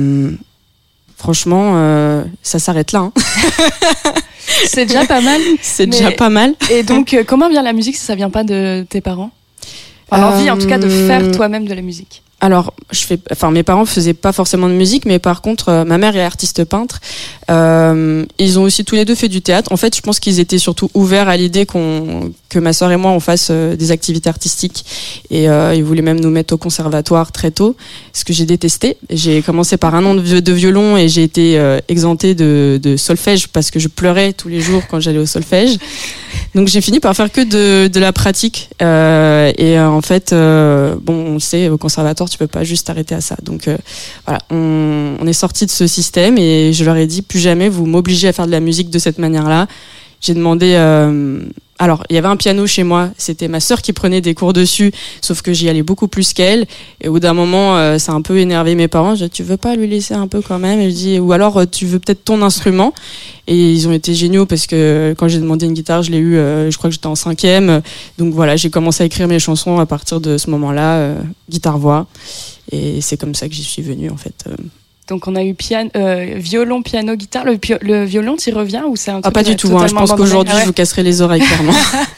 franchement, ça s'arrête là. Hein. C'est déjà pas mal. C'est déjà pas mal. Et donc, comment vient la musique si ça vient pas de tes parents? Enfin, l'envie, en tout cas, de faire toi-même de la musique. Alors, mes parents faisaient pas forcément de musique, mais par contre, ma mère est artiste peintre. Ils ont aussi tous les deux fait du théâtre. En fait, je pense qu'ils étaient surtout ouverts à l'idée que ma sœur et moi on fasse des activités artistiques. Et ils voulaient même nous mettre au conservatoire très tôt, ce que j'ai détesté. J'ai commencé par un an de violon et j'ai été exemptée de solfège parce que je pleurais tous les jours quand j'allais au solfège. Donc j'ai fini par faire que de la pratique. Et en fait, on sait, au conservatoire, tu peux pas juste t'arrêter à ça. Donc voilà, on est sorti de ce système et je leur ai dit plus jamais vous m'obligez à faire de la musique de cette manière-là. J'ai demandé alors, il y avait un piano chez moi, c'était ma sœur qui prenait des cours dessus, sauf que j'y allais beaucoup plus qu'elle. Et au bout d'un moment, ça a un peu énervé mes parents. Je dis, tu veux pas lui laisser un peu quand même? Et je dis, ou alors tu veux peut-être ton instrument? Et ils ont été géniaux parce que quand j'ai demandé une guitare, je l'ai eu, je crois que j'étais en 5e. Donc voilà, j'ai commencé à écrire mes chansons à partir de ce moment-là, guitare-voix. Et c'est comme ça que j'y suis venue en fait. Donc on a eu violon, piano, guitare. Le violon, t'y reviens ou c'est un truc pas du tout. Je pense qu'aujourd'hui, je vous casserai les oreilles clairement.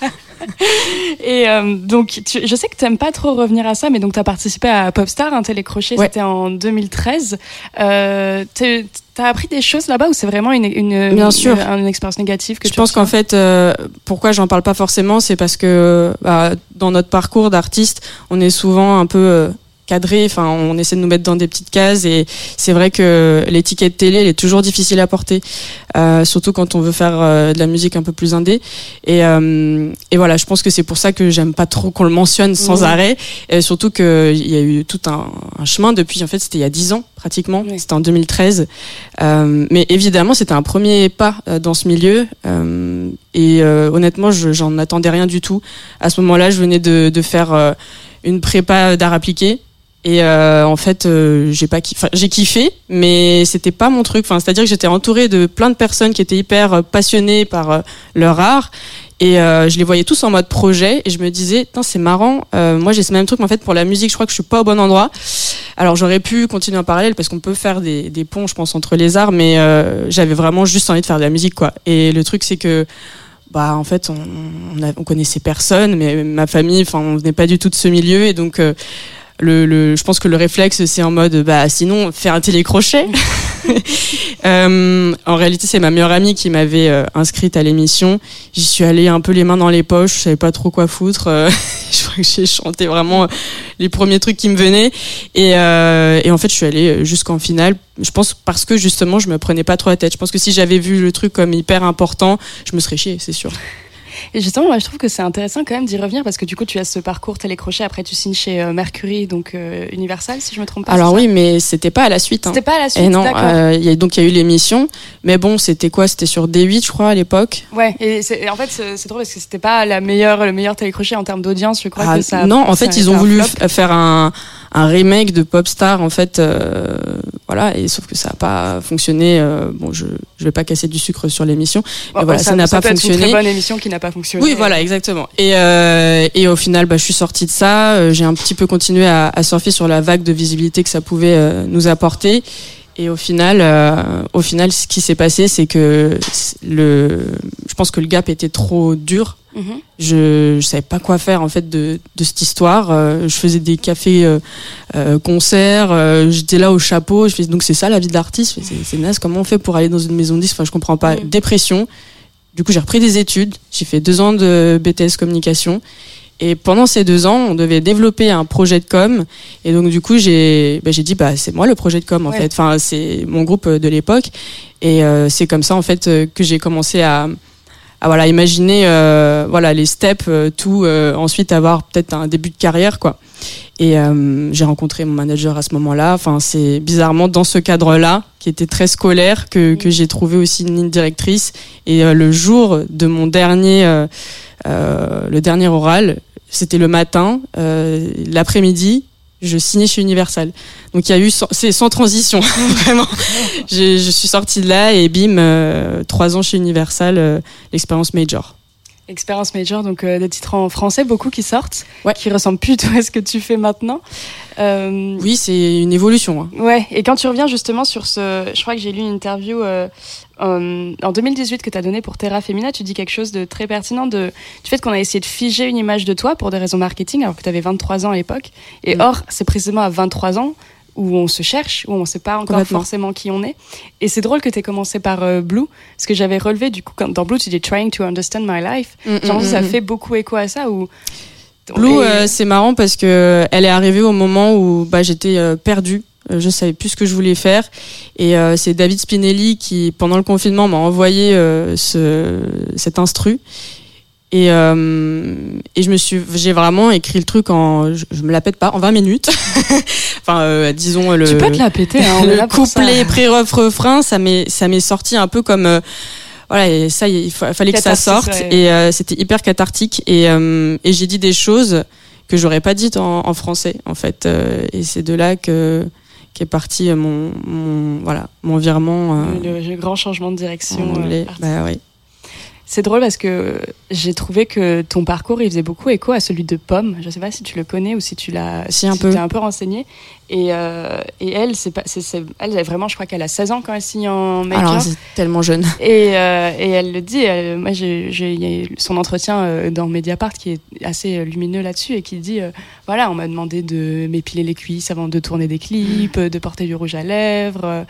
Et donc, je sais que t'aimes pas trop revenir à ça, mais donc t'as participé à Popstar, un télécrochet, ouais. C'était en 2013. T'as appris des choses là-bas ou c'est vraiment Bien sûr. Une expérience négative que je pense qu'en fait, pourquoi j'en parle pas forcément, c'est parce que dans notre parcours d'artiste, on est souvent un peu cadré, enfin on essaie de nous mettre dans des petites cases et c'est vrai que l'étiquette télé elle est toujours difficile à porter, surtout quand on veut faire de la musique un peu plus indé et voilà, je pense que c'est pour ça que j'aime pas trop qu'on le mentionne sans arrêt, et surtout qu'il y a eu tout un chemin depuis, en fait c'était il y a 10 ans pratiquement, c'était en 2013, mais évidemment c'était un premier pas dans ce milieu et honnêtement j'en attendais rien du tout. À ce moment-là je venais de faire une prépa d'art appliqué. Et en fait, j'ai kiffé, mais c'était pas mon truc. Enfin, c'est-à-dire que j'étais entourée de plein de personnes qui étaient hyper passionnées par leur art, et je les voyais tous en mode projet. Et je me disais, c'est marrant. Moi, j'ai ce même truc, mais en fait, pour la musique, je crois que je suis pas au bon endroit. Alors, j'aurais pu continuer en parallèle parce qu'on peut faire des ponts, je pense, entre les arts, mais j'avais vraiment juste envie de faire de la musique, quoi. Et le truc, c'est que en fait, on connaissait personne, mais ma famille, on venait pas du tout de ce milieu, et donc. Je pense que le réflexe c'est en mode sinon faire un télécrochet. En réalité c'est ma meilleure amie qui m'avait inscrite à l'émission. J'y suis allée un peu les mains dans les poches, je savais pas trop quoi foutre. Je crois que j'ai chanté vraiment les premiers trucs qui me venaient et en fait je suis allée jusqu'en finale. Je pense parce que justement je me prenais pas trop la tête. Je pense que si j'avais vu le truc comme hyper important, je me serais chiée, c'est sûr. Et justement, moi, je trouve que c'est intéressant quand même d'y revenir parce que du coup, tu as ce parcours télécrochet. Après, tu signes chez Mercury, donc Universal, si je me trompe pas. Alors oui, mais c'était pas à la suite. C'était pas à la suite. Et non, d'accord. Il y a eu l'émission, mais bon, c'était quoi ? C'était sur D8, je crois, à l'époque. Ouais. Et en fait, c'est drôle parce que c'était pas le meilleur télécrochet en termes d'audience. Je crois que ça. Non, en fait, ils ont voulu faire un remake de Popstar, en fait, voilà, et sauf que ça a pas fonctionné. Bon, je vais pas casser du sucre sur l'émission, mais voilà, ça n'a pas fonctionné. C'est une très bonne émission qui n'a pas fonctionné. Oui, voilà, exactement. Et au final, je suis sortie de ça. J'ai un petit peu continué à surfer sur la vague de visibilité que ça pouvait nous apporter. Et au final, ce qui s'est passé, c'est que je pense que le gap était trop dur. Mm-hmm. Je savais pas quoi faire en fait de cette histoire. Je faisais des cafés concerts. J'étais là au chapeau. Je fais donc c'est ça la vie d'artiste. C'est naze. Comment on fait pour aller dans une maison de disques ? Enfin, je comprends pas. Dépression. Du coup, j'ai repris des études. J'ai fait 2 ans de BTS communication. Et pendant ces 2 ans, on devait développer un projet de com. Et donc, du coup, j'ai dit, c'est moi le projet de com, en fait. Enfin, c'est mon groupe de l'époque. Et c'est comme ça, en fait, que j'ai commencé à imaginer les steps, ensuite avoir peut-être un début de carrière, quoi. Et j'ai rencontré mon manager à ce moment-là. Enfin, c'est bizarrement dans ce cadre-là, qui était très scolaire, que j'ai trouvé aussi une ligne directrice. Et le jour de mon dernier oral, c'était le matin, l'après-midi, je signais chez Universal. Donc il y a eu, c'est sans transition, vraiment. Je suis sortie de là et bim, 3 ans chez Universal, l'expérience major. Expérience major, donc des titres en français, beaucoup qui sortent, qui ressemblent plutôt à ce que tu fais maintenant. Oui, c'est une évolution. Hein. Ouais, et quand tu reviens justement sur je crois que j'ai lu une interview en 2018 que tu as donnée pour Terra Femina, tu dis quelque chose de très pertinent du fait qu'on a essayé de figer une image de toi pour des raisons marketing alors que tu avais 23 ans à l'époque. Et or, c'est précisément à 23 ans où on se cherche, où on ne sait pas encore forcément qui on est. Et c'est drôle que tu aies commencé par Blue, parce que j'avais relevé, du coup, dans Blue, tu dis « Trying to understand my life ». Ça fait beaucoup écho à ça. Blue, c'est marrant parce que elle est arrivée au moment où j'étais perdue. Je savais plus ce que je voulais faire. Et c'est David Spinelli qui, pendant le confinement, m'a envoyé cet instru. Et j'ai vraiment écrit le truc je me la pète pas, en 20 minutes. Enfin, disons tu peux te la péter, hein, on est là pour couplet, pré-ref, refrain, ça m'est sorti un peu comme, voilà, et ça, il fallait que ça sorte. Ouais. Et c'était hyper cathartique. Et j'ai dit des choses que j'aurais pas dites en français, en fait. Et c'est de là qu'est parti mon virement. Le grand changement de direction. Oui. C'est drôle parce que j'ai trouvé que ton parcours, il faisait beaucoup écho à celui de Pomme. Je sais pas si tu le connais ou si tu t'es un peu renseigné. Et elle, elle vraiment, je crois qu'elle a 16 ans quand elle signe en major. Alors, c'est tellement jeune. Et elle le dit. Moi, j'ai son entretien dans Mediapart qui est assez lumineux là-dessus et qui dit, voilà, on m'a demandé de m'épiler les cuisses avant de tourner des clips, de porter du rouge à lèvres.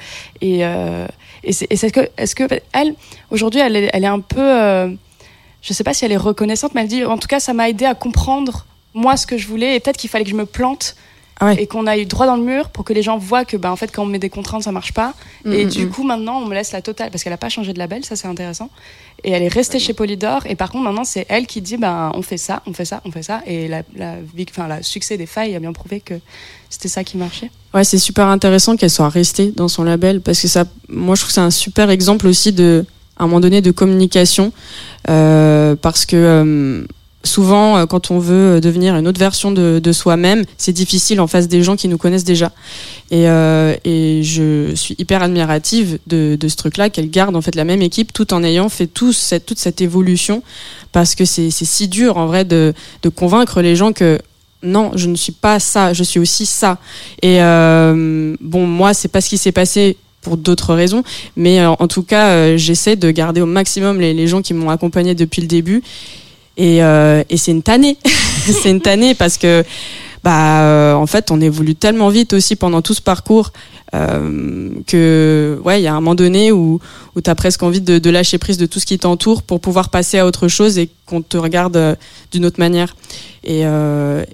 Est-ce que elle, aujourd'hui, elle est un peu, je sais pas si elle est reconnaissante, mais elle dit, en tout cas, ça m'a aidé à comprendre moi ce que je voulais et peut-être qu'il fallait que je me plante. Et qu'on aille droit dans le mur pour que les gens voient que en fait quand on met des contraintes ça marche pas et du coup maintenant on me laisse la totale parce qu'elle a pas changé de label, ça c'est intéressant, et elle est restée chez Polydor et par contre maintenant c'est elle qui dit on fait ça et le succès des Failles a bien prouvé que c'était ça qui marchait. Ouais, c'est super intéressant qu'elle soit restée dans son label parce que ça, moi je trouve que c'est un super exemple aussi à un moment donné de communication parce que souvent, quand on veut devenir une autre version de soi-même, c'est difficile en face des gens qui nous connaissent déjà. Et je suis hyper admirative de ce truc-là, qu'elle garde en fait la même équipe tout en ayant fait toute cette évolution, parce que c'est si dur en vrai de convaincre les gens que non, je ne suis pas ça, je suis aussi ça. Et moi, c'est pas ce qui s'est passé pour d'autres raisons, mais en tout cas, j'essaie de garder au maximum les gens qui m'ont accompagné depuis le début. Et c'est une tannée. C'est une tannée parce que en fait on évolue tellement vite aussi pendant tout ce parcours que il y a un moment donné où t'as presque envie de lâcher prise de tout ce qui t'entoure pour pouvoir passer à autre chose et qu'on te regarde d'une autre manière. Et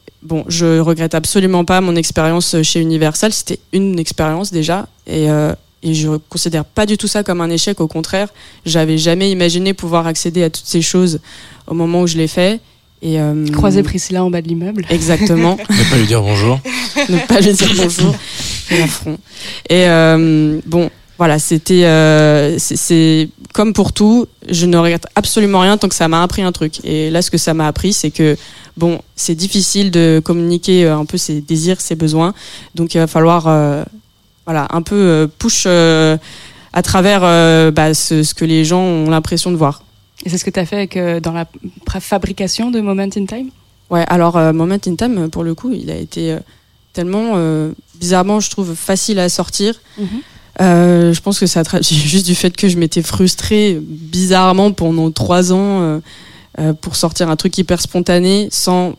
je regrette absolument pas mon expérience chez Universal, c'était une expérience déjà, et Et je considère pas du tout ça comme un échec. Au contraire, j'avais jamais imaginé pouvoir accéder à toutes ces choses au moment où je l'ai fait. Et croiser Priscilla en bas de l'immeuble. Exactement. Ne pas lui dire bonjour. Ne pas lui dire bonjour. Quel affront. Et bon, voilà, c'était c'est comme pour tout, je ne regrette absolument rien tant que ça m'a appris un truc. Et là, ce que ça m'a appris, c'est que bon, c'est difficile de communiquer un peu ses désirs, ses besoins. Donc il va falloir voilà, un peu push à travers ce que les gens ont l'impression de voir. Et c'est ce que tu as fait dans la fabrication de Moment in Time ? Ouais, alors Moment in Time, pour le coup, il a été tellement bizarrement, je trouve, facile à sortir. Je pense que ça traduit juste du fait que je m'étais frustrée bizarrement pendant 3 ans pour sortir un truc hyper spontané sans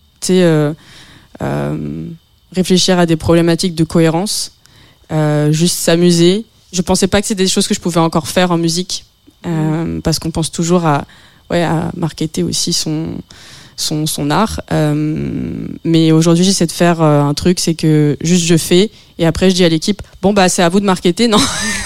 réfléchir à des problématiques de cohérence, juste s'amuser. Je pensais pas que c'était des choses que je pouvais encore faire en musique, parce qu'on pense toujours à marketer aussi son art, mais aujourd'hui j'essaie de faire un truc, c'est que juste je fais et après je dis à l'équipe bon bah c'est à vous de marketer, non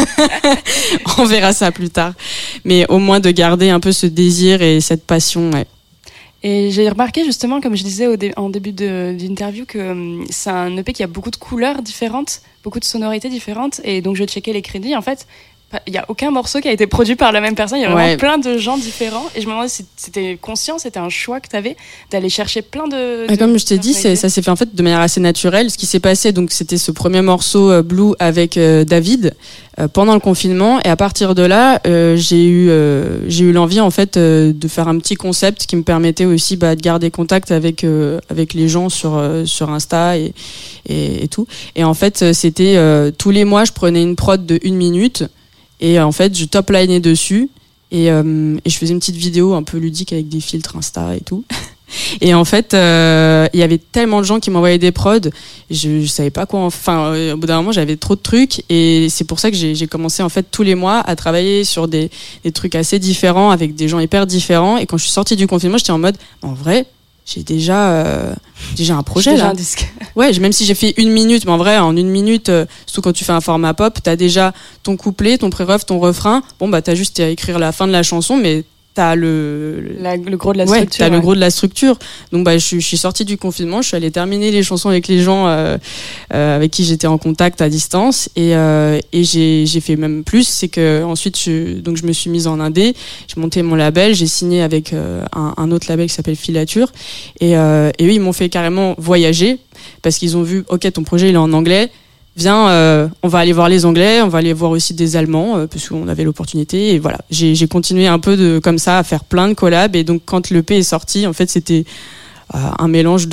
on verra ça plus tard, mais au moins de garder un peu ce désir et cette passion. Ouais. Et j'ai remarqué justement, comme je disais en début d'interview, que c'est un EP qui a beaucoup de couleurs différentes, beaucoup de sonorités différentes, et donc je checkais les crédits, en fait il n'y a aucun morceau qui a été produit par la même personne, il y a vraiment plein de gens différents, et je me demandais si c'était conscient, c'était un choix que tu avais d'aller chercher plein de comme je t'ai dit, ça s'est fait en fait de manière assez naturelle. Ce qui s'est passé, donc c'était ce premier morceau Blue avec David pendant le confinement, et à partir de là j'ai eu l'envie en fait de faire un petit concept qui me permettait aussi de garder contact avec les gens sur Insta et tout, et en fait c'était tous les mois je prenais une prod de 1 minute. Et en fait, je top-linais dessus et je faisais une petite vidéo un peu ludique avec des filtres Insta et tout. Et en fait, il y avait tellement de gens qui m'envoyaient des prods, je savais pas quoi. Enfin, au bout d'un moment, j'avais trop de trucs, et c'est pour ça que j'ai commencé en fait tous les mois à travailler sur des trucs assez différents avec des gens hyper différents. Et quand je suis sortie du confinement, j'étais en mode, en vrai, j'ai déjà un projet déjà là. Un disque. Ouais, même si j'ai fait 1 minute, mais en vrai, en 1 minute, surtout quand tu fais un format pop, t'as déjà ton couplet, ton pré-ref, ton refrain. Bon, bah, t'as juste à écrire la fin de la chanson, mais t'as le gros de la structure. T'as le gros de la structure. Donc, bah, je suis sortie du confinement, je suis allée terminer les chansons avec les gens, avec qui j'étais en contact à distance, et j'ai fait même plus, c'est que ensuite, je me suis mise en indé, j'ai monté mon label, j'ai signé avec, un autre label qui s'appelle Filature, et eux, ils m'ont fait carrément voyager, parce qu'ils ont vu, ok, ton projet, il est en anglais, viens, on va aller voir les Anglais, on va aller voir aussi des Allemands, parce qu'on avait l'opportunité, et voilà. J'ai continué un peu comme ça à faire plein de collabs, et donc quand l'EP est sorti, en fait, c'était un mélange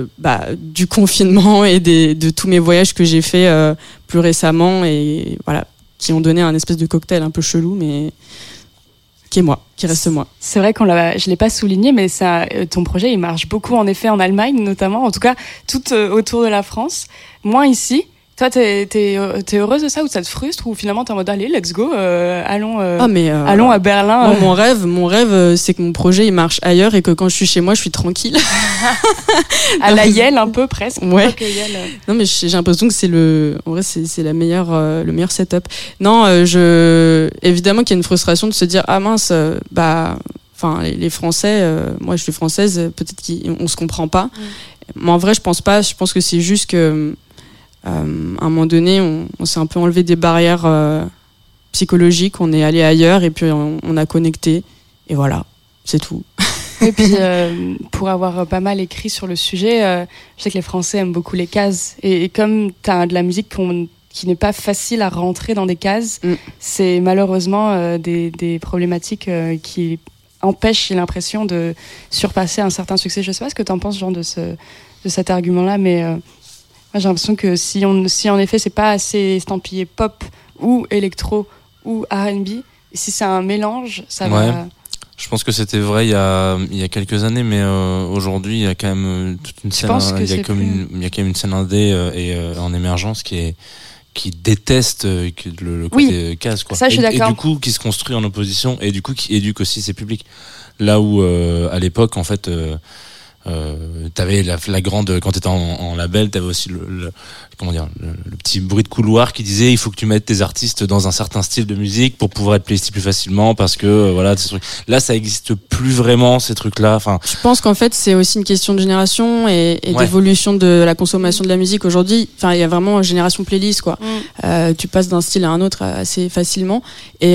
du confinement et de tous mes voyages que j'ai fait plus récemment, et voilà, qui ont donné un espèce de cocktail un peu chelou, mais qui reste moi. C'est vrai je l'ai pas souligné, mais ton projet, il marche beaucoup en effet en Allemagne notamment, en tout cas tout autour de la France, moins ici. Toi, t'es heureuse de ça, ou ça te frustre, ou finalement t'es en mode allez, let's go, allons à Berlin. Mon rêve, c'est que mon projet il marche ailleurs, et que quand je suis chez moi, je suis tranquille. À la Yale un peu presque. Ouais. Non, mais j'ai l'impression que c'est c'est le meilleur setup. Non, évidemment qu'il y a une frustration de se dire ah mince, enfin les Français, moi je suis française, peut-être qu'on se comprend pas. Mais en vrai, je pense pas. Je pense que c'est juste que à un moment donné, on s'est un peu enlevé des barrières psychologiques, on est allé ailleurs, et puis on a connecté, et voilà, c'est tout. Et puis, pour avoir pas mal écrit sur le sujet, je sais que les Français aiment beaucoup les cases, et comme t'as de la musique qui n'est pas facile à rentrer dans des cases, c'est malheureusement des problématiques qui empêchent, j'ai l'impression, de surpasser un certain succès. Je sais pas ce que t'en penses, genre, de cet argument-là, mais moi, j'ai l'impression que si en effet c'est pas assez estampillé pop ou électro ou R&B, si c'est un mélange, ça va. Je pense que c'était vrai il y a quelques années, mais aujourd'hui il y a quand même toute une scène. Il y a quand même une scène indé et en émergence qui déteste le côté case, quoi. Ça, je suis d'accord. Et du coup qui se construit en opposition, et du coup qui éduque aussi ses publics. Là où à l'époque en fait T'avais la grande, quand t'étais en label, t'avais aussi le petit bruit de couloir qui disait il faut que tu mettes tes artistes dans un certain style de musique pour pouvoir être playlistés plus facilement parce que voilà, ces trucs. Là, ça existe plus vraiment, ces trucs-là. Enfin, je pense qu'en fait, c'est aussi une question de génération et d'évolution de la consommation de la musique aujourd'hui. Enfin, il y a vraiment une génération playlist, quoi. Tu passes d'un style à un autre assez facilement et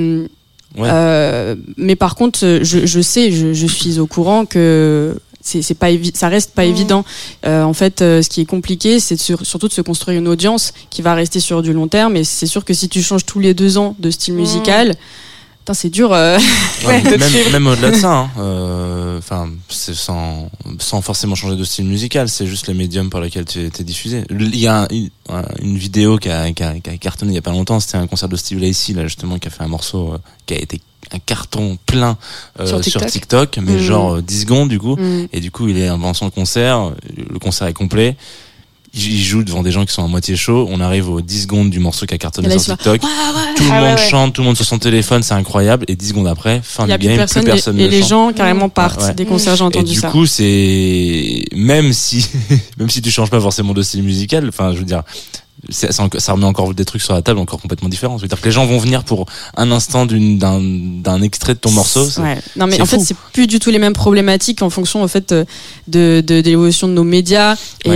mais par contre, je suis au courant que c'est pas ça reste pas évident. En fait, ce qui est compliqué, c'est surtout de se construire une audience qui va rester sur du long terme. Et c'est sûr que si tu changes tous les 2 ans de style musical, c'est dur. Même au-delà de ça, enfin, c'est sans forcément changer de style musical, c'est juste le médium par lequel tu es diffusé. Il y a une vidéo qui a cartonné il y a pas longtemps, c'était un concert de Steve Lacy là justement qui a fait un morceau qui a été un carton plein sur TikTok, mais genre 10 secondes du coup, et du coup il est avant son concert, le concert est complet. Il joue devant des gens qui sont à moitié chauds. On arrive aux 10 secondes du morceau qui a cartonné sur TikTok. Tout le monde chante, tout le monde sur son téléphone, c'est incroyable. Et 10 secondes après, fin du game, plus personne ne chante. Et les gens carrément partent des concerts, j'ai entendu ça. Et du coup, c'est même si tu changes pas forcément de style musical, enfin, je veux dire, ça remet encore des trucs sur la table encore complètement différents. C'est-à-dire que les gens vont venir pour un instant d'un extrait de ton morceau. Non mais en fait c'est plus du tout les mêmes problématiques en fonction en fait de l'évolution de nos médias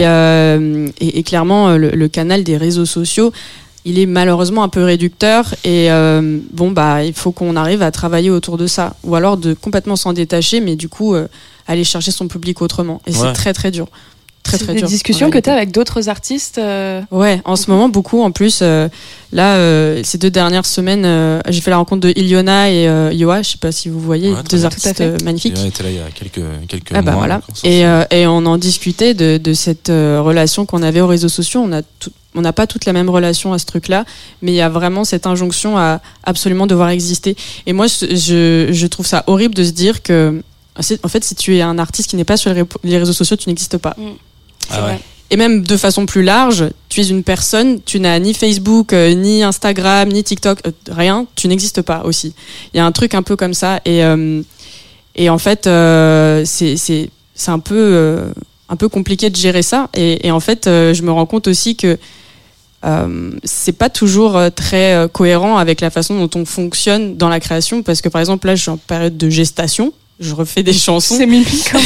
et clairement le canal des réseaux sociaux il est malheureusement un peu réducteur et il faut qu'on arrive à travailler autour de ça ou alors de complètement s'en détacher mais du coup aller chercher son public autrement et c'est très très dur. Très, très des dur. Discussions que tu as avec d'autres artistes Ouais, en ce moment beaucoup. En plus, ces 2 dernières semaines, j'ai fait la rencontre de Iliona et Yoa. Je sais pas si vous voyez, 2 artistes magnifiques. Iliona était là il y a quelques mois. Voilà. Et on en discutait de cette relation qu'on avait aux réseaux sociaux. On n'a pas toute la même relation à ce truc-là, mais il y a vraiment cette injonction à absolument devoir exister. Et moi, je trouve ça horrible de se dire que, en fait, si tu es un artiste qui n'est pas sur les réseaux sociaux, tu n'existes pas. Et même de façon plus large, tu es une personne, tu n'as ni Facebook, ni Instagram, ni TikTok, rien, tu n'existes pas aussi. Il y a un truc un peu comme ça et en fait c'est un peu compliqué de gérer ça et en fait je me rends compte aussi que c'est pas toujours très cohérent avec la façon dont on fonctionne dans la création parce que par exemple là je suis en période de gestation. Je refais des chansons. C'est mimi comme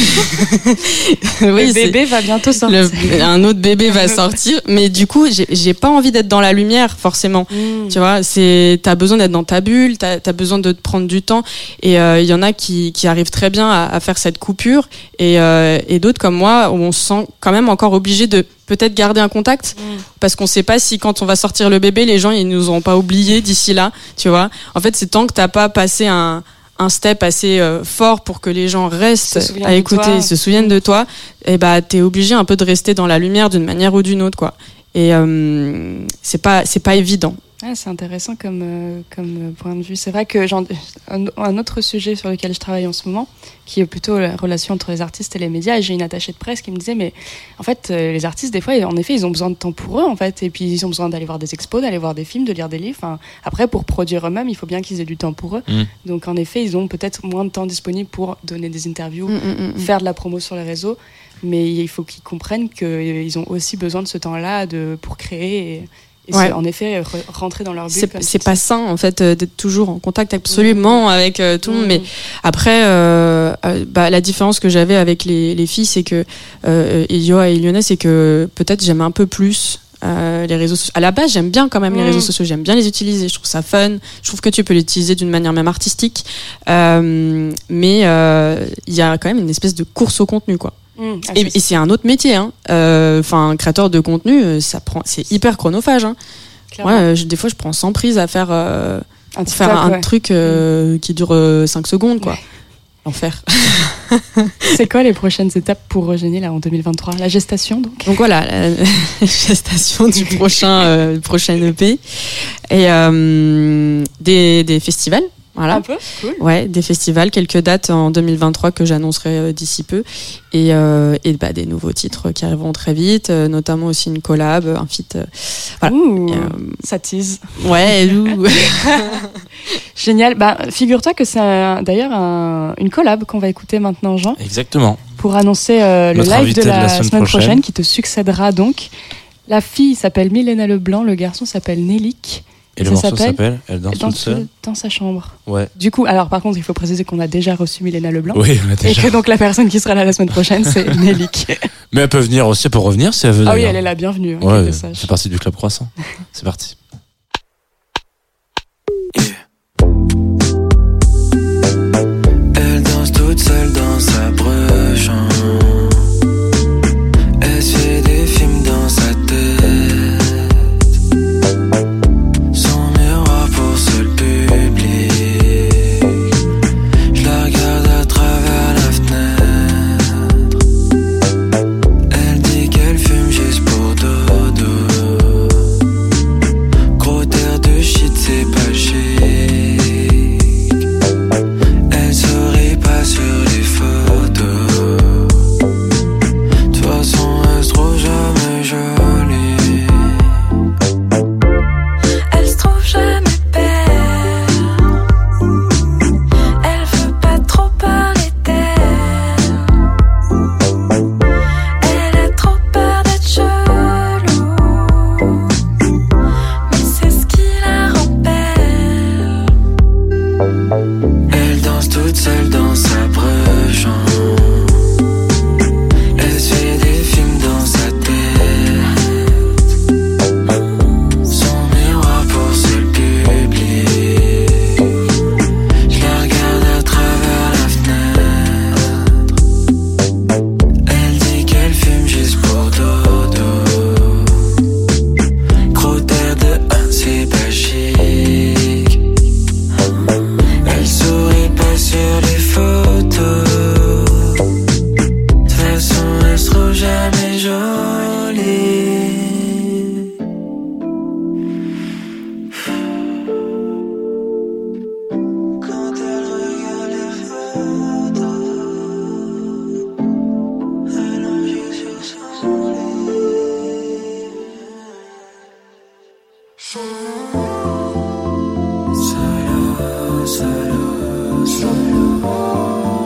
le bébé va bientôt sortir. Un autre bébé va sortir, mais du coup, j'ai pas envie d'être dans la lumière forcément. Tu vois, t'as besoin d'être dans ta bulle, t'as besoin de te prendre du temps. Et il y en a qui arrivent très bien à faire cette coupure, et d'autres comme moi où on se sent quand même encore obligé de peut-être garder un contact parce qu'on sait pas si quand on va sortir le bébé, les gens ils nous auront pas oublié d'ici là. Tu vois, en fait, c'est tant que t'as pas passé un step assez fort pour que les gens restent à écouter et se souviennent de toi, et t'es obligé un peu de rester dans la lumière d'une manière ou d'une autre, quoi. Et c'est pas évident. Ah, c'est intéressant comme point de vue. C'est vrai que un autre sujet sur lequel je travaille en ce moment, qui est plutôt la relation entre les artistes et les médias, et j'ai une attachée de presse qui me disait, mais en fait, les artistes, des fois, en effet, ils ont besoin de temps pour eux, en fait, et puis ils ont besoin d'aller voir des expos, d'aller voir des films, de lire des livres. Enfin, après, pour produire eux-mêmes, il faut bien qu'ils aient du temps pour eux. Donc, en effet, ils ont peut-être moins de temps disponible pour donner des interviews, faire de la promo sur les réseaux, mais il faut qu'ils comprennent qu'ils ont aussi besoin de ce temps-là pour créer et en effet rentrer dans leur bulle. C'est pas sain en fait d'être toujours en contact absolument avec tout le monde, mais après la différence que j'avais avec les filles, c'est que Yoa et Iliona, c'est que peut-être j'aime un peu plus les réseaux sociaux. À la base, j'aime bien quand même les réseaux sociaux, j'aime bien les utiliser, je trouve ça fun, je trouve que tu peux l'utiliser d'une manière même artistique, mais il y a quand même une espèce de course au contenu, quoi. Et c'est un autre métier, hein. Enfin, créateur de contenu, c'est hyper chronophage, hein. Moi, des fois, je prends 100 prises à faire un truc qui dure 5 secondes, quoi. L'enfer. C'est quoi les prochaines étapes pour Eugénie là en 2023? La gestation, donc voilà, la gestation du prochain EP et des festivals. Voilà. Un peu, cool. Ouais, des festivals, quelques dates en 2023 que j'annoncerai d'ici peu, et des nouveaux titres qui arriveront très vite, notamment aussi une collab, un feat. Voilà. Ça tease. Ouais. Génial. Figure-toi que c'est d'ailleurs une collab qu'on va écouter maintenant, Jean. Exactement. pour annoncer le Notre live invité de la semaine prochaine qui te succédera donc. La fille s'appelle Milena Leblanc, le garçon s'appelle Nelik. Et le morceau s'appelle Elle danse toute seule dans sa chambre. Ouais. Du coup, alors par contre, il faut préciser qu'on a déjà reçu Milena Leblanc. Oui, on a déjà. Et que donc la personne qui sera là la semaine prochaine, c'est Nelik. Mais elle peut venir aussi, elle peut revenir si elle veut. Ah oui, elle est la bienvenue. Ouais, c'est parti du Club Croissant. C'est parti. Elle danse toute seule dans sa brèche. Elle se fait des films dans sa tête. Son miroir pour seul public. Je la regarde à travers la fenêtre. Elle dit qu'elle fume juste pour dodo. Gros terre de shit, c'est pas chic. Elle sourit pas sur les photos. De toute façon, elle se trouve jamais jolie. Elle se trouve jamais belle. Elle veut pas trop parler d'elle. Elle a trop peur d'être chelou. Mais c'est ce qui la rend belle. Elle danse toute seule dans sa brèche. Elle se fait des films dans sa tête. Son miroir pour seul public. Je la regarde à travers la fenêtre. Elle dit qu'elle fume juste pour dodo. Gros terre de c'est pas chic. Elle sourit pas sur les photos. De toute façon, elle se trouve jamais jolie. Quand elle regarde les photos, elle en vient sur son lit. Solo, solo, solo.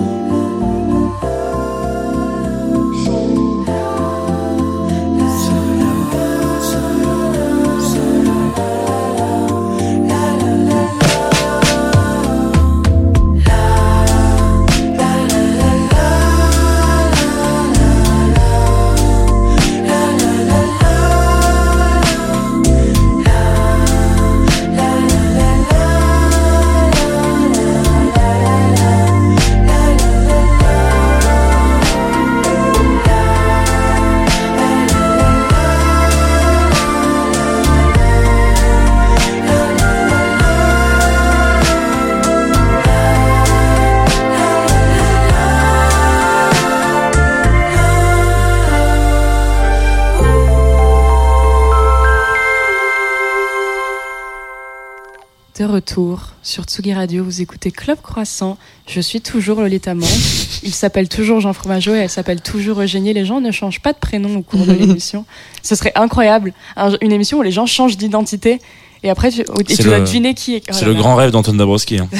De retour sur Tsugi Radio, vous écoutez Club Croissant. Je suis toujours Lolita Mang. Il s'appelle toujours Jean Fromageau et elle s'appelle toujours Eugénie. Les gens ne changent pas de prénom au cours de l'émission. Ce serait incroyable. Une émission où les gens changent d'identité et après tu dois deviner qui est. C'est le grand rêve d'Antoine Dabrowski. Hein.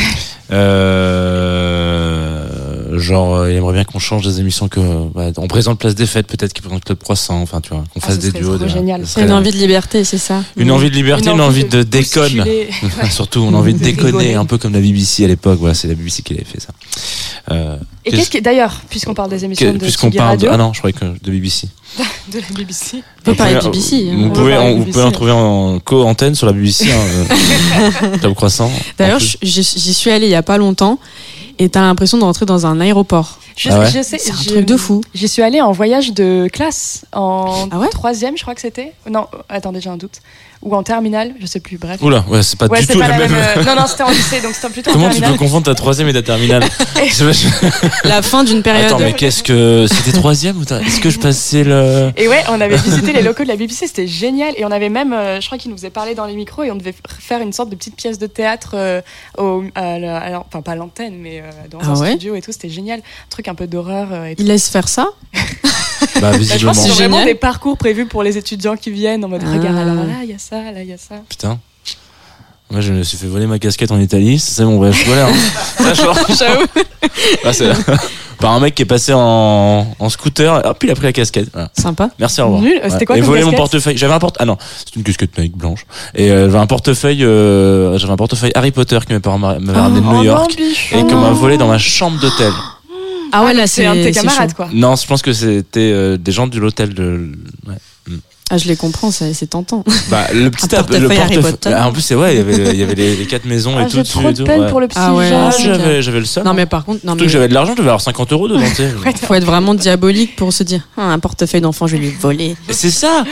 Genre, il aimerait bien qu'on change des émissions, on présente Place des Fêtes, peut-être qu'il présente Club Croissant, enfin, tu vois, qu'on fasse des duos. C'est génial. C'est une envie de liberté, c'est ça. Une envie de liberté, une envie de déconne. Surtout, on a envie de déconner, un peu comme la BBC à l'époque. Voilà, c'est la BBC qui avait fait ça. Et qu'est-ce que, d'ailleurs, puisqu'on parle des émissions de Tsugi Radio. Ah non, je croyais que de BBC. De la BBC. On peut parler de BBC. Vous pouvez en trouver en co-antenne sur la BBC, Club Croissant. D'ailleurs, j'y suis allée il y a pas longtemps. Et t'as l'impression de rentrer dans un aéroport. Je sais, c'est un truc de fou. J'y suis allée en voyage de classe, en 3e, je crois que c'était. Non, attendez, j'ai un doute. Ou en terminale, je sais plus, bref. Oula, ouais, c'est pas du tout la même. Non, c'était en lycée, donc c'était plutôt en terminale. Comment tu peux confondre ta 3e et ta terminale? La fin d'une période. Attends, mais qu'est-ce que. C'était 3e ou est-ce que je passais le. Et ouais, on avait visité les locaux de la BBC, c'était génial. Et on avait même, je crois qu'ils nous faisaient parler dans les micros et on devait faire une sorte de petite pièce de théâtre, enfin pas à l'antenne, mais dans un studio et tout, c'était génial. Un truc un peu d'horreur. Ils laissent faire ça? Je pense que c'est vraiment des parcours prévus pour les étudiants qui viennent en mode regarde, alors là il y a ça, là il y a ça. Putain. Moi je me suis fait voler ma casquette en Italie, c'est bon, bref, voilà. J'avoue. par un mec qui est passé en scooter. Hop, il a pris la casquette. Voilà. Sympa. Merci, au revoir. Nul. C'était quoi et ton volé mon casquette portefeuille. J'avais un portefeuille. Ah non, c'est une casquette Nike blanche. Et j'avais un portefeuille. Harry Potter que mes parents m'avaient ramené de New York et qu'on m'a volé dans ma chambre d'hôtel. Ah ouais, là c'est un de tes camarades quoi. Non, je pense que c'était des gens de l'hôtel de. Ouais. Ah, je les comprends, c'est tentant. Bah, le petit portefeuille Harry Potter. En plus, c'est il y avait les 4 maisons et tout. J'ai trop de peine pour le petit Jean. J'avais le seum. Non, mais par contre, surtout que j'avais de l'argent, je devais avoir 50 € dedans. Faut être vraiment diabolique pour se dire, un portefeuille d'enfant, je vais lui voler. C'est ça.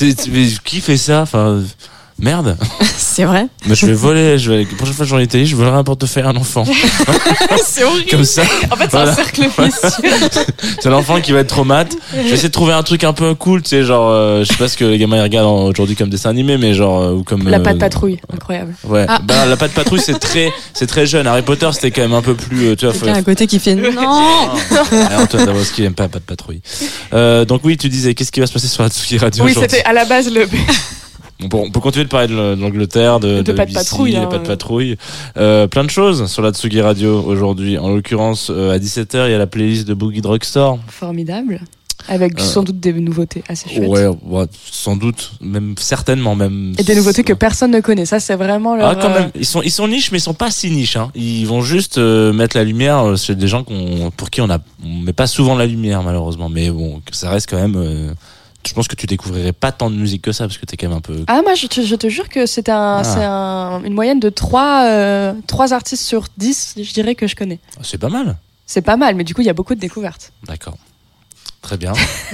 Qui fait ça? Enfin, merde. C'est vrai. Mais je vais voler. La prochaine fois que j'en Italie, je volerai un portefeuille à un enfant. C'est horrible. Comme ça. En fait, c'est un cercle vicieux. C'est l'enfant qui va être traumatisé. Je vais essayer de trouver un truc un peu cool, tu sais, genre, je sais pas ce que les gamins ils regardent aujourd'hui comme dessin animé, mais genre, ou comme. La Patte Patrouille, incroyable. Ouais. Bah, la Patte Patrouille, c'est très jeune. Harry Potter, c'était quand même un peu plus, tu vois. Quelqu'un à côté qui fait non. Antoine Dabrowski aime pas la Patte Patrouille. Donc oui, tu disais, qu'est-ce qui va se passer sur la Tsugi Radio Oui, aujourd'hui? c'était à la base le. On peut continuer de parler de l'Angleterre, de Patte BBC, Patrouille, de Patte Patrouille. Plein de choses sur la Tsugi Radio aujourd'hui. En l'occurrence, à 17h, il y a la playlist de Boogie Drugstore. Formidable. Avec sans doute des nouveautés assez chouettes. Ouais, sans doute, certainement même. Et des nouveautés que personne ne connaît. Ça, c'est vraiment leur. Ah, quand même. Ils sont niches, mais ils sont pas si niches, hein. Ils vont juste mettre la lumière chez des gens pour qui on met pas souvent la lumière, malheureusement. Mais bon, ça reste quand même. Je pense que tu découvrirais pas tant de musique que ça parce que t'es quand même un peu. Ah, moi je te jure que c'est une moyenne de 3 artistes sur 10, je dirais, que je connais. C'est pas mal. C'est pas mal, mais du coup il y a beaucoup de découvertes. D'accord. Très bien.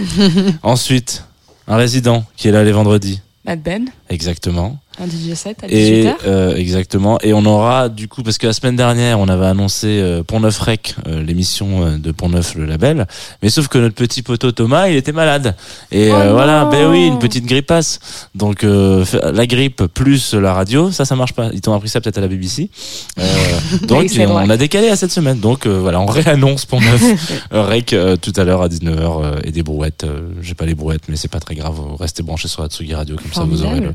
Ensuite, un résident qui est là les vendredis. Mad Ben. Exactement. Un DJ set à 18h. Exactement. Et on aura, du coup, parce que la semaine dernière, on avait annoncé Pont-Neuf Rec, l'émission de Pont-Neuf, le label. Mais sauf que notre petit poteau Thomas, il était malade. Et voilà, ben oui, une petite grippasse. Donc, la grippe plus la radio, ça marche pas. Ils t'ont appris ça peut-être à la BBC. Donc, on a décalé à cette semaine. Donc, voilà, on réannonce Pont-Neuf Rec tout à l'heure à 19h et des brouettes. J'ai pas les brouettes, mais c'est pas très grave. Restez branchés sur la Tsugi Radio, comme ça vous aurez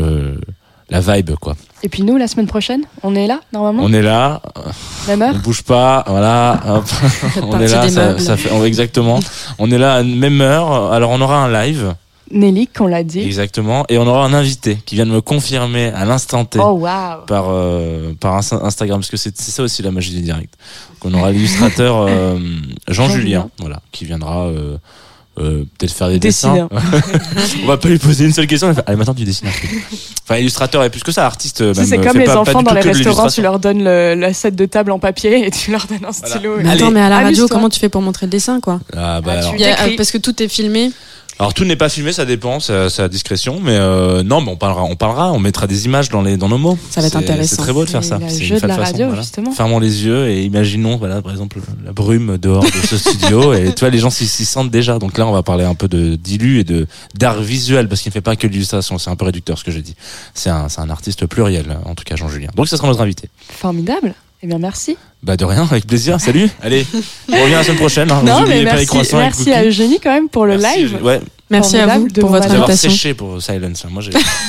la vibe, quoi. Et puis nous, la semaine prochaine, on est là, normalement? On est là. Même heure? On bouge pas, voilà. Hop. On est là, ça fait, exactement. On est là à même heure. Alors, on aura un live. Nelly, qu'on l'a dit. Exactement. Et on aura un invité qui vient de me confirmer à l'instant T. Oh, wow. Par Instagram. Parce que c'est ça aussi la magie du direct. Donc, on aura l'illustrateur, Jean-Julien. Voilà. Qui viendra, peut-être faire des dessins. On va pas lui poser une seule question. Allez, maintenant tu dessines un truc. Enfin, illustrateur et plus que ça, artiste. Même, c'est comme les enfants dans les restaurants, tu leur donnes la set de table en papier et tu leur donnes un stylo. Mais attends, mais à la radio, comment tu fais pour montrer le dessin, quoi? Parce que tout est filmé. Alors tout n'est pas filmé, ça dépend, c'est à discrétion, mais non, mais on parlera, on mettra des images dans nos mots. Ça va être intéressant. C'est très beau de faire ça. C'est le jeu de la radio, justement. Fermons les yeux et imaginons, voilà, par exemple, la brume dehors de ce studio et tu vois, les gens s'y sentent déjà. Donc là, on va parler un peu d'illu et d'art visuel parce qu'il ne fait pas que de l'illustration, c'est un peu réducteur ce que j'ai dit. C'est un artiste pluriel, en tout cas Jean-Julien. Donc ça sera notre invité. Formidable. Eh bien, merci. Bah de rien, avec plaisir. Salut. Allez, on revient la semaine prochaine. Hein. Non, mais merci à Eugénie quand même pour le live. Ouais. Merci à vous pour votre invitation. Séché pour Silence. Moi,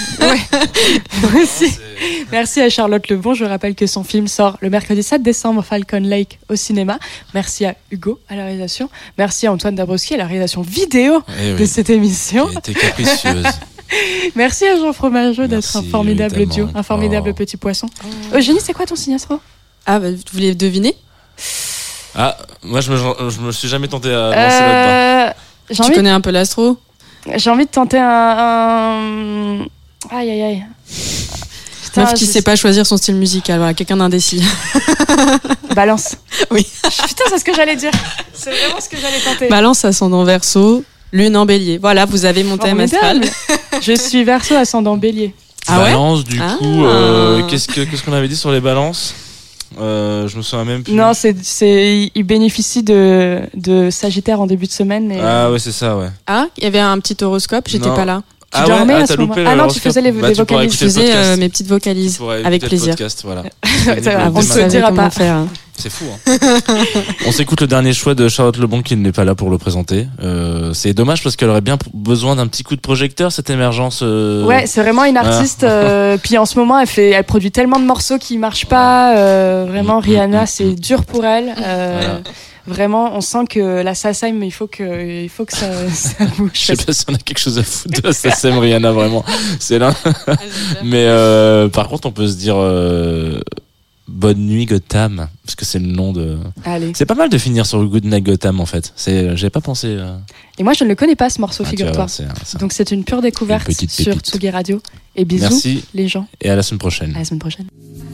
aussi. Merci à Charlotte Lebon. Je rappelle que son film sort le mercredi 7 décembre, Falcon Lake, au cinéma. Merci à Hugo à la réalisation. Merci à Antoine Dabrowski à la réalisation vidéo de cette émission. T'es capricieuse. Merci à Jean Fromageau d'être un formidable duo, un formidable petit poisson. Eugénie, c'est quoi ton signe astro? Ah, bah, vous voulez deviner? Ah, moi je me suis jamais tenté à lancer là-dedans. Tu connais un peu l'astro? J'ai envie de tenter un... Aïe, aïe, aïe. Putain, meuf qui sait pas choisir son style musical, voilà, quelqu'un d'indécis. Balance. Oui. Putain, c'est ce que j'allais dire. C'est vraiment ce que j'allais tenter. Balance, ascendant Verseau, Lune en Bélier. Voilà, vous avez mon thème astral. Je suis Verseau, ascendant Bélier. Balance, du coup, qu'est-ce qu'on avait dit sur les balances? Je me souviens même plus. Non, il bénéficie de Sagittaire en début de semaine. Mais... Ah ouais, c'est ça, ouais. Ah, il y avait un petit horoscope, j'étais pas là. Tu dormais à ce moment. Ah non, tu faisais les vocalises. Je faisais mes petites vocalises avec plaisir. Podcast, voilà. On ne se dira pas. Faire. C'est fou. Hein. On s'écoute le dernier choix de Charlotte Lebon qui n'est pas là pour le présenter. C'est dommage parce qu'elle aurait bien besoin d'un petit coup de projecteur, cette émergence. Ouais, c'est vraiment une artiste. Puis en ce moment, elle produit tellement de morceaux qui marchent pas. Vraiment, Rihanna, c'est dur pour elle. Vraiment, on sent que la SACEM, il faut que ça bouge. Je sais pas si on a quelque chose à foutre de la SACEM, Rihanna, vraiment. C'est là. Mais par contre, on peut se dire Bonne nuit Gotham, parce que c'est le nom de. Allez. C'est pas mal de finir sur Good Night Gotham en fait. J'avais pas pensé. Et moi, je ne le connais pas ce morceau, figure-toi. Donc c'est une pure découverte sur Tsugi Radio. Et bisous, merci. Les gens. Et à la semaine prochaine. À la semaine prochaine.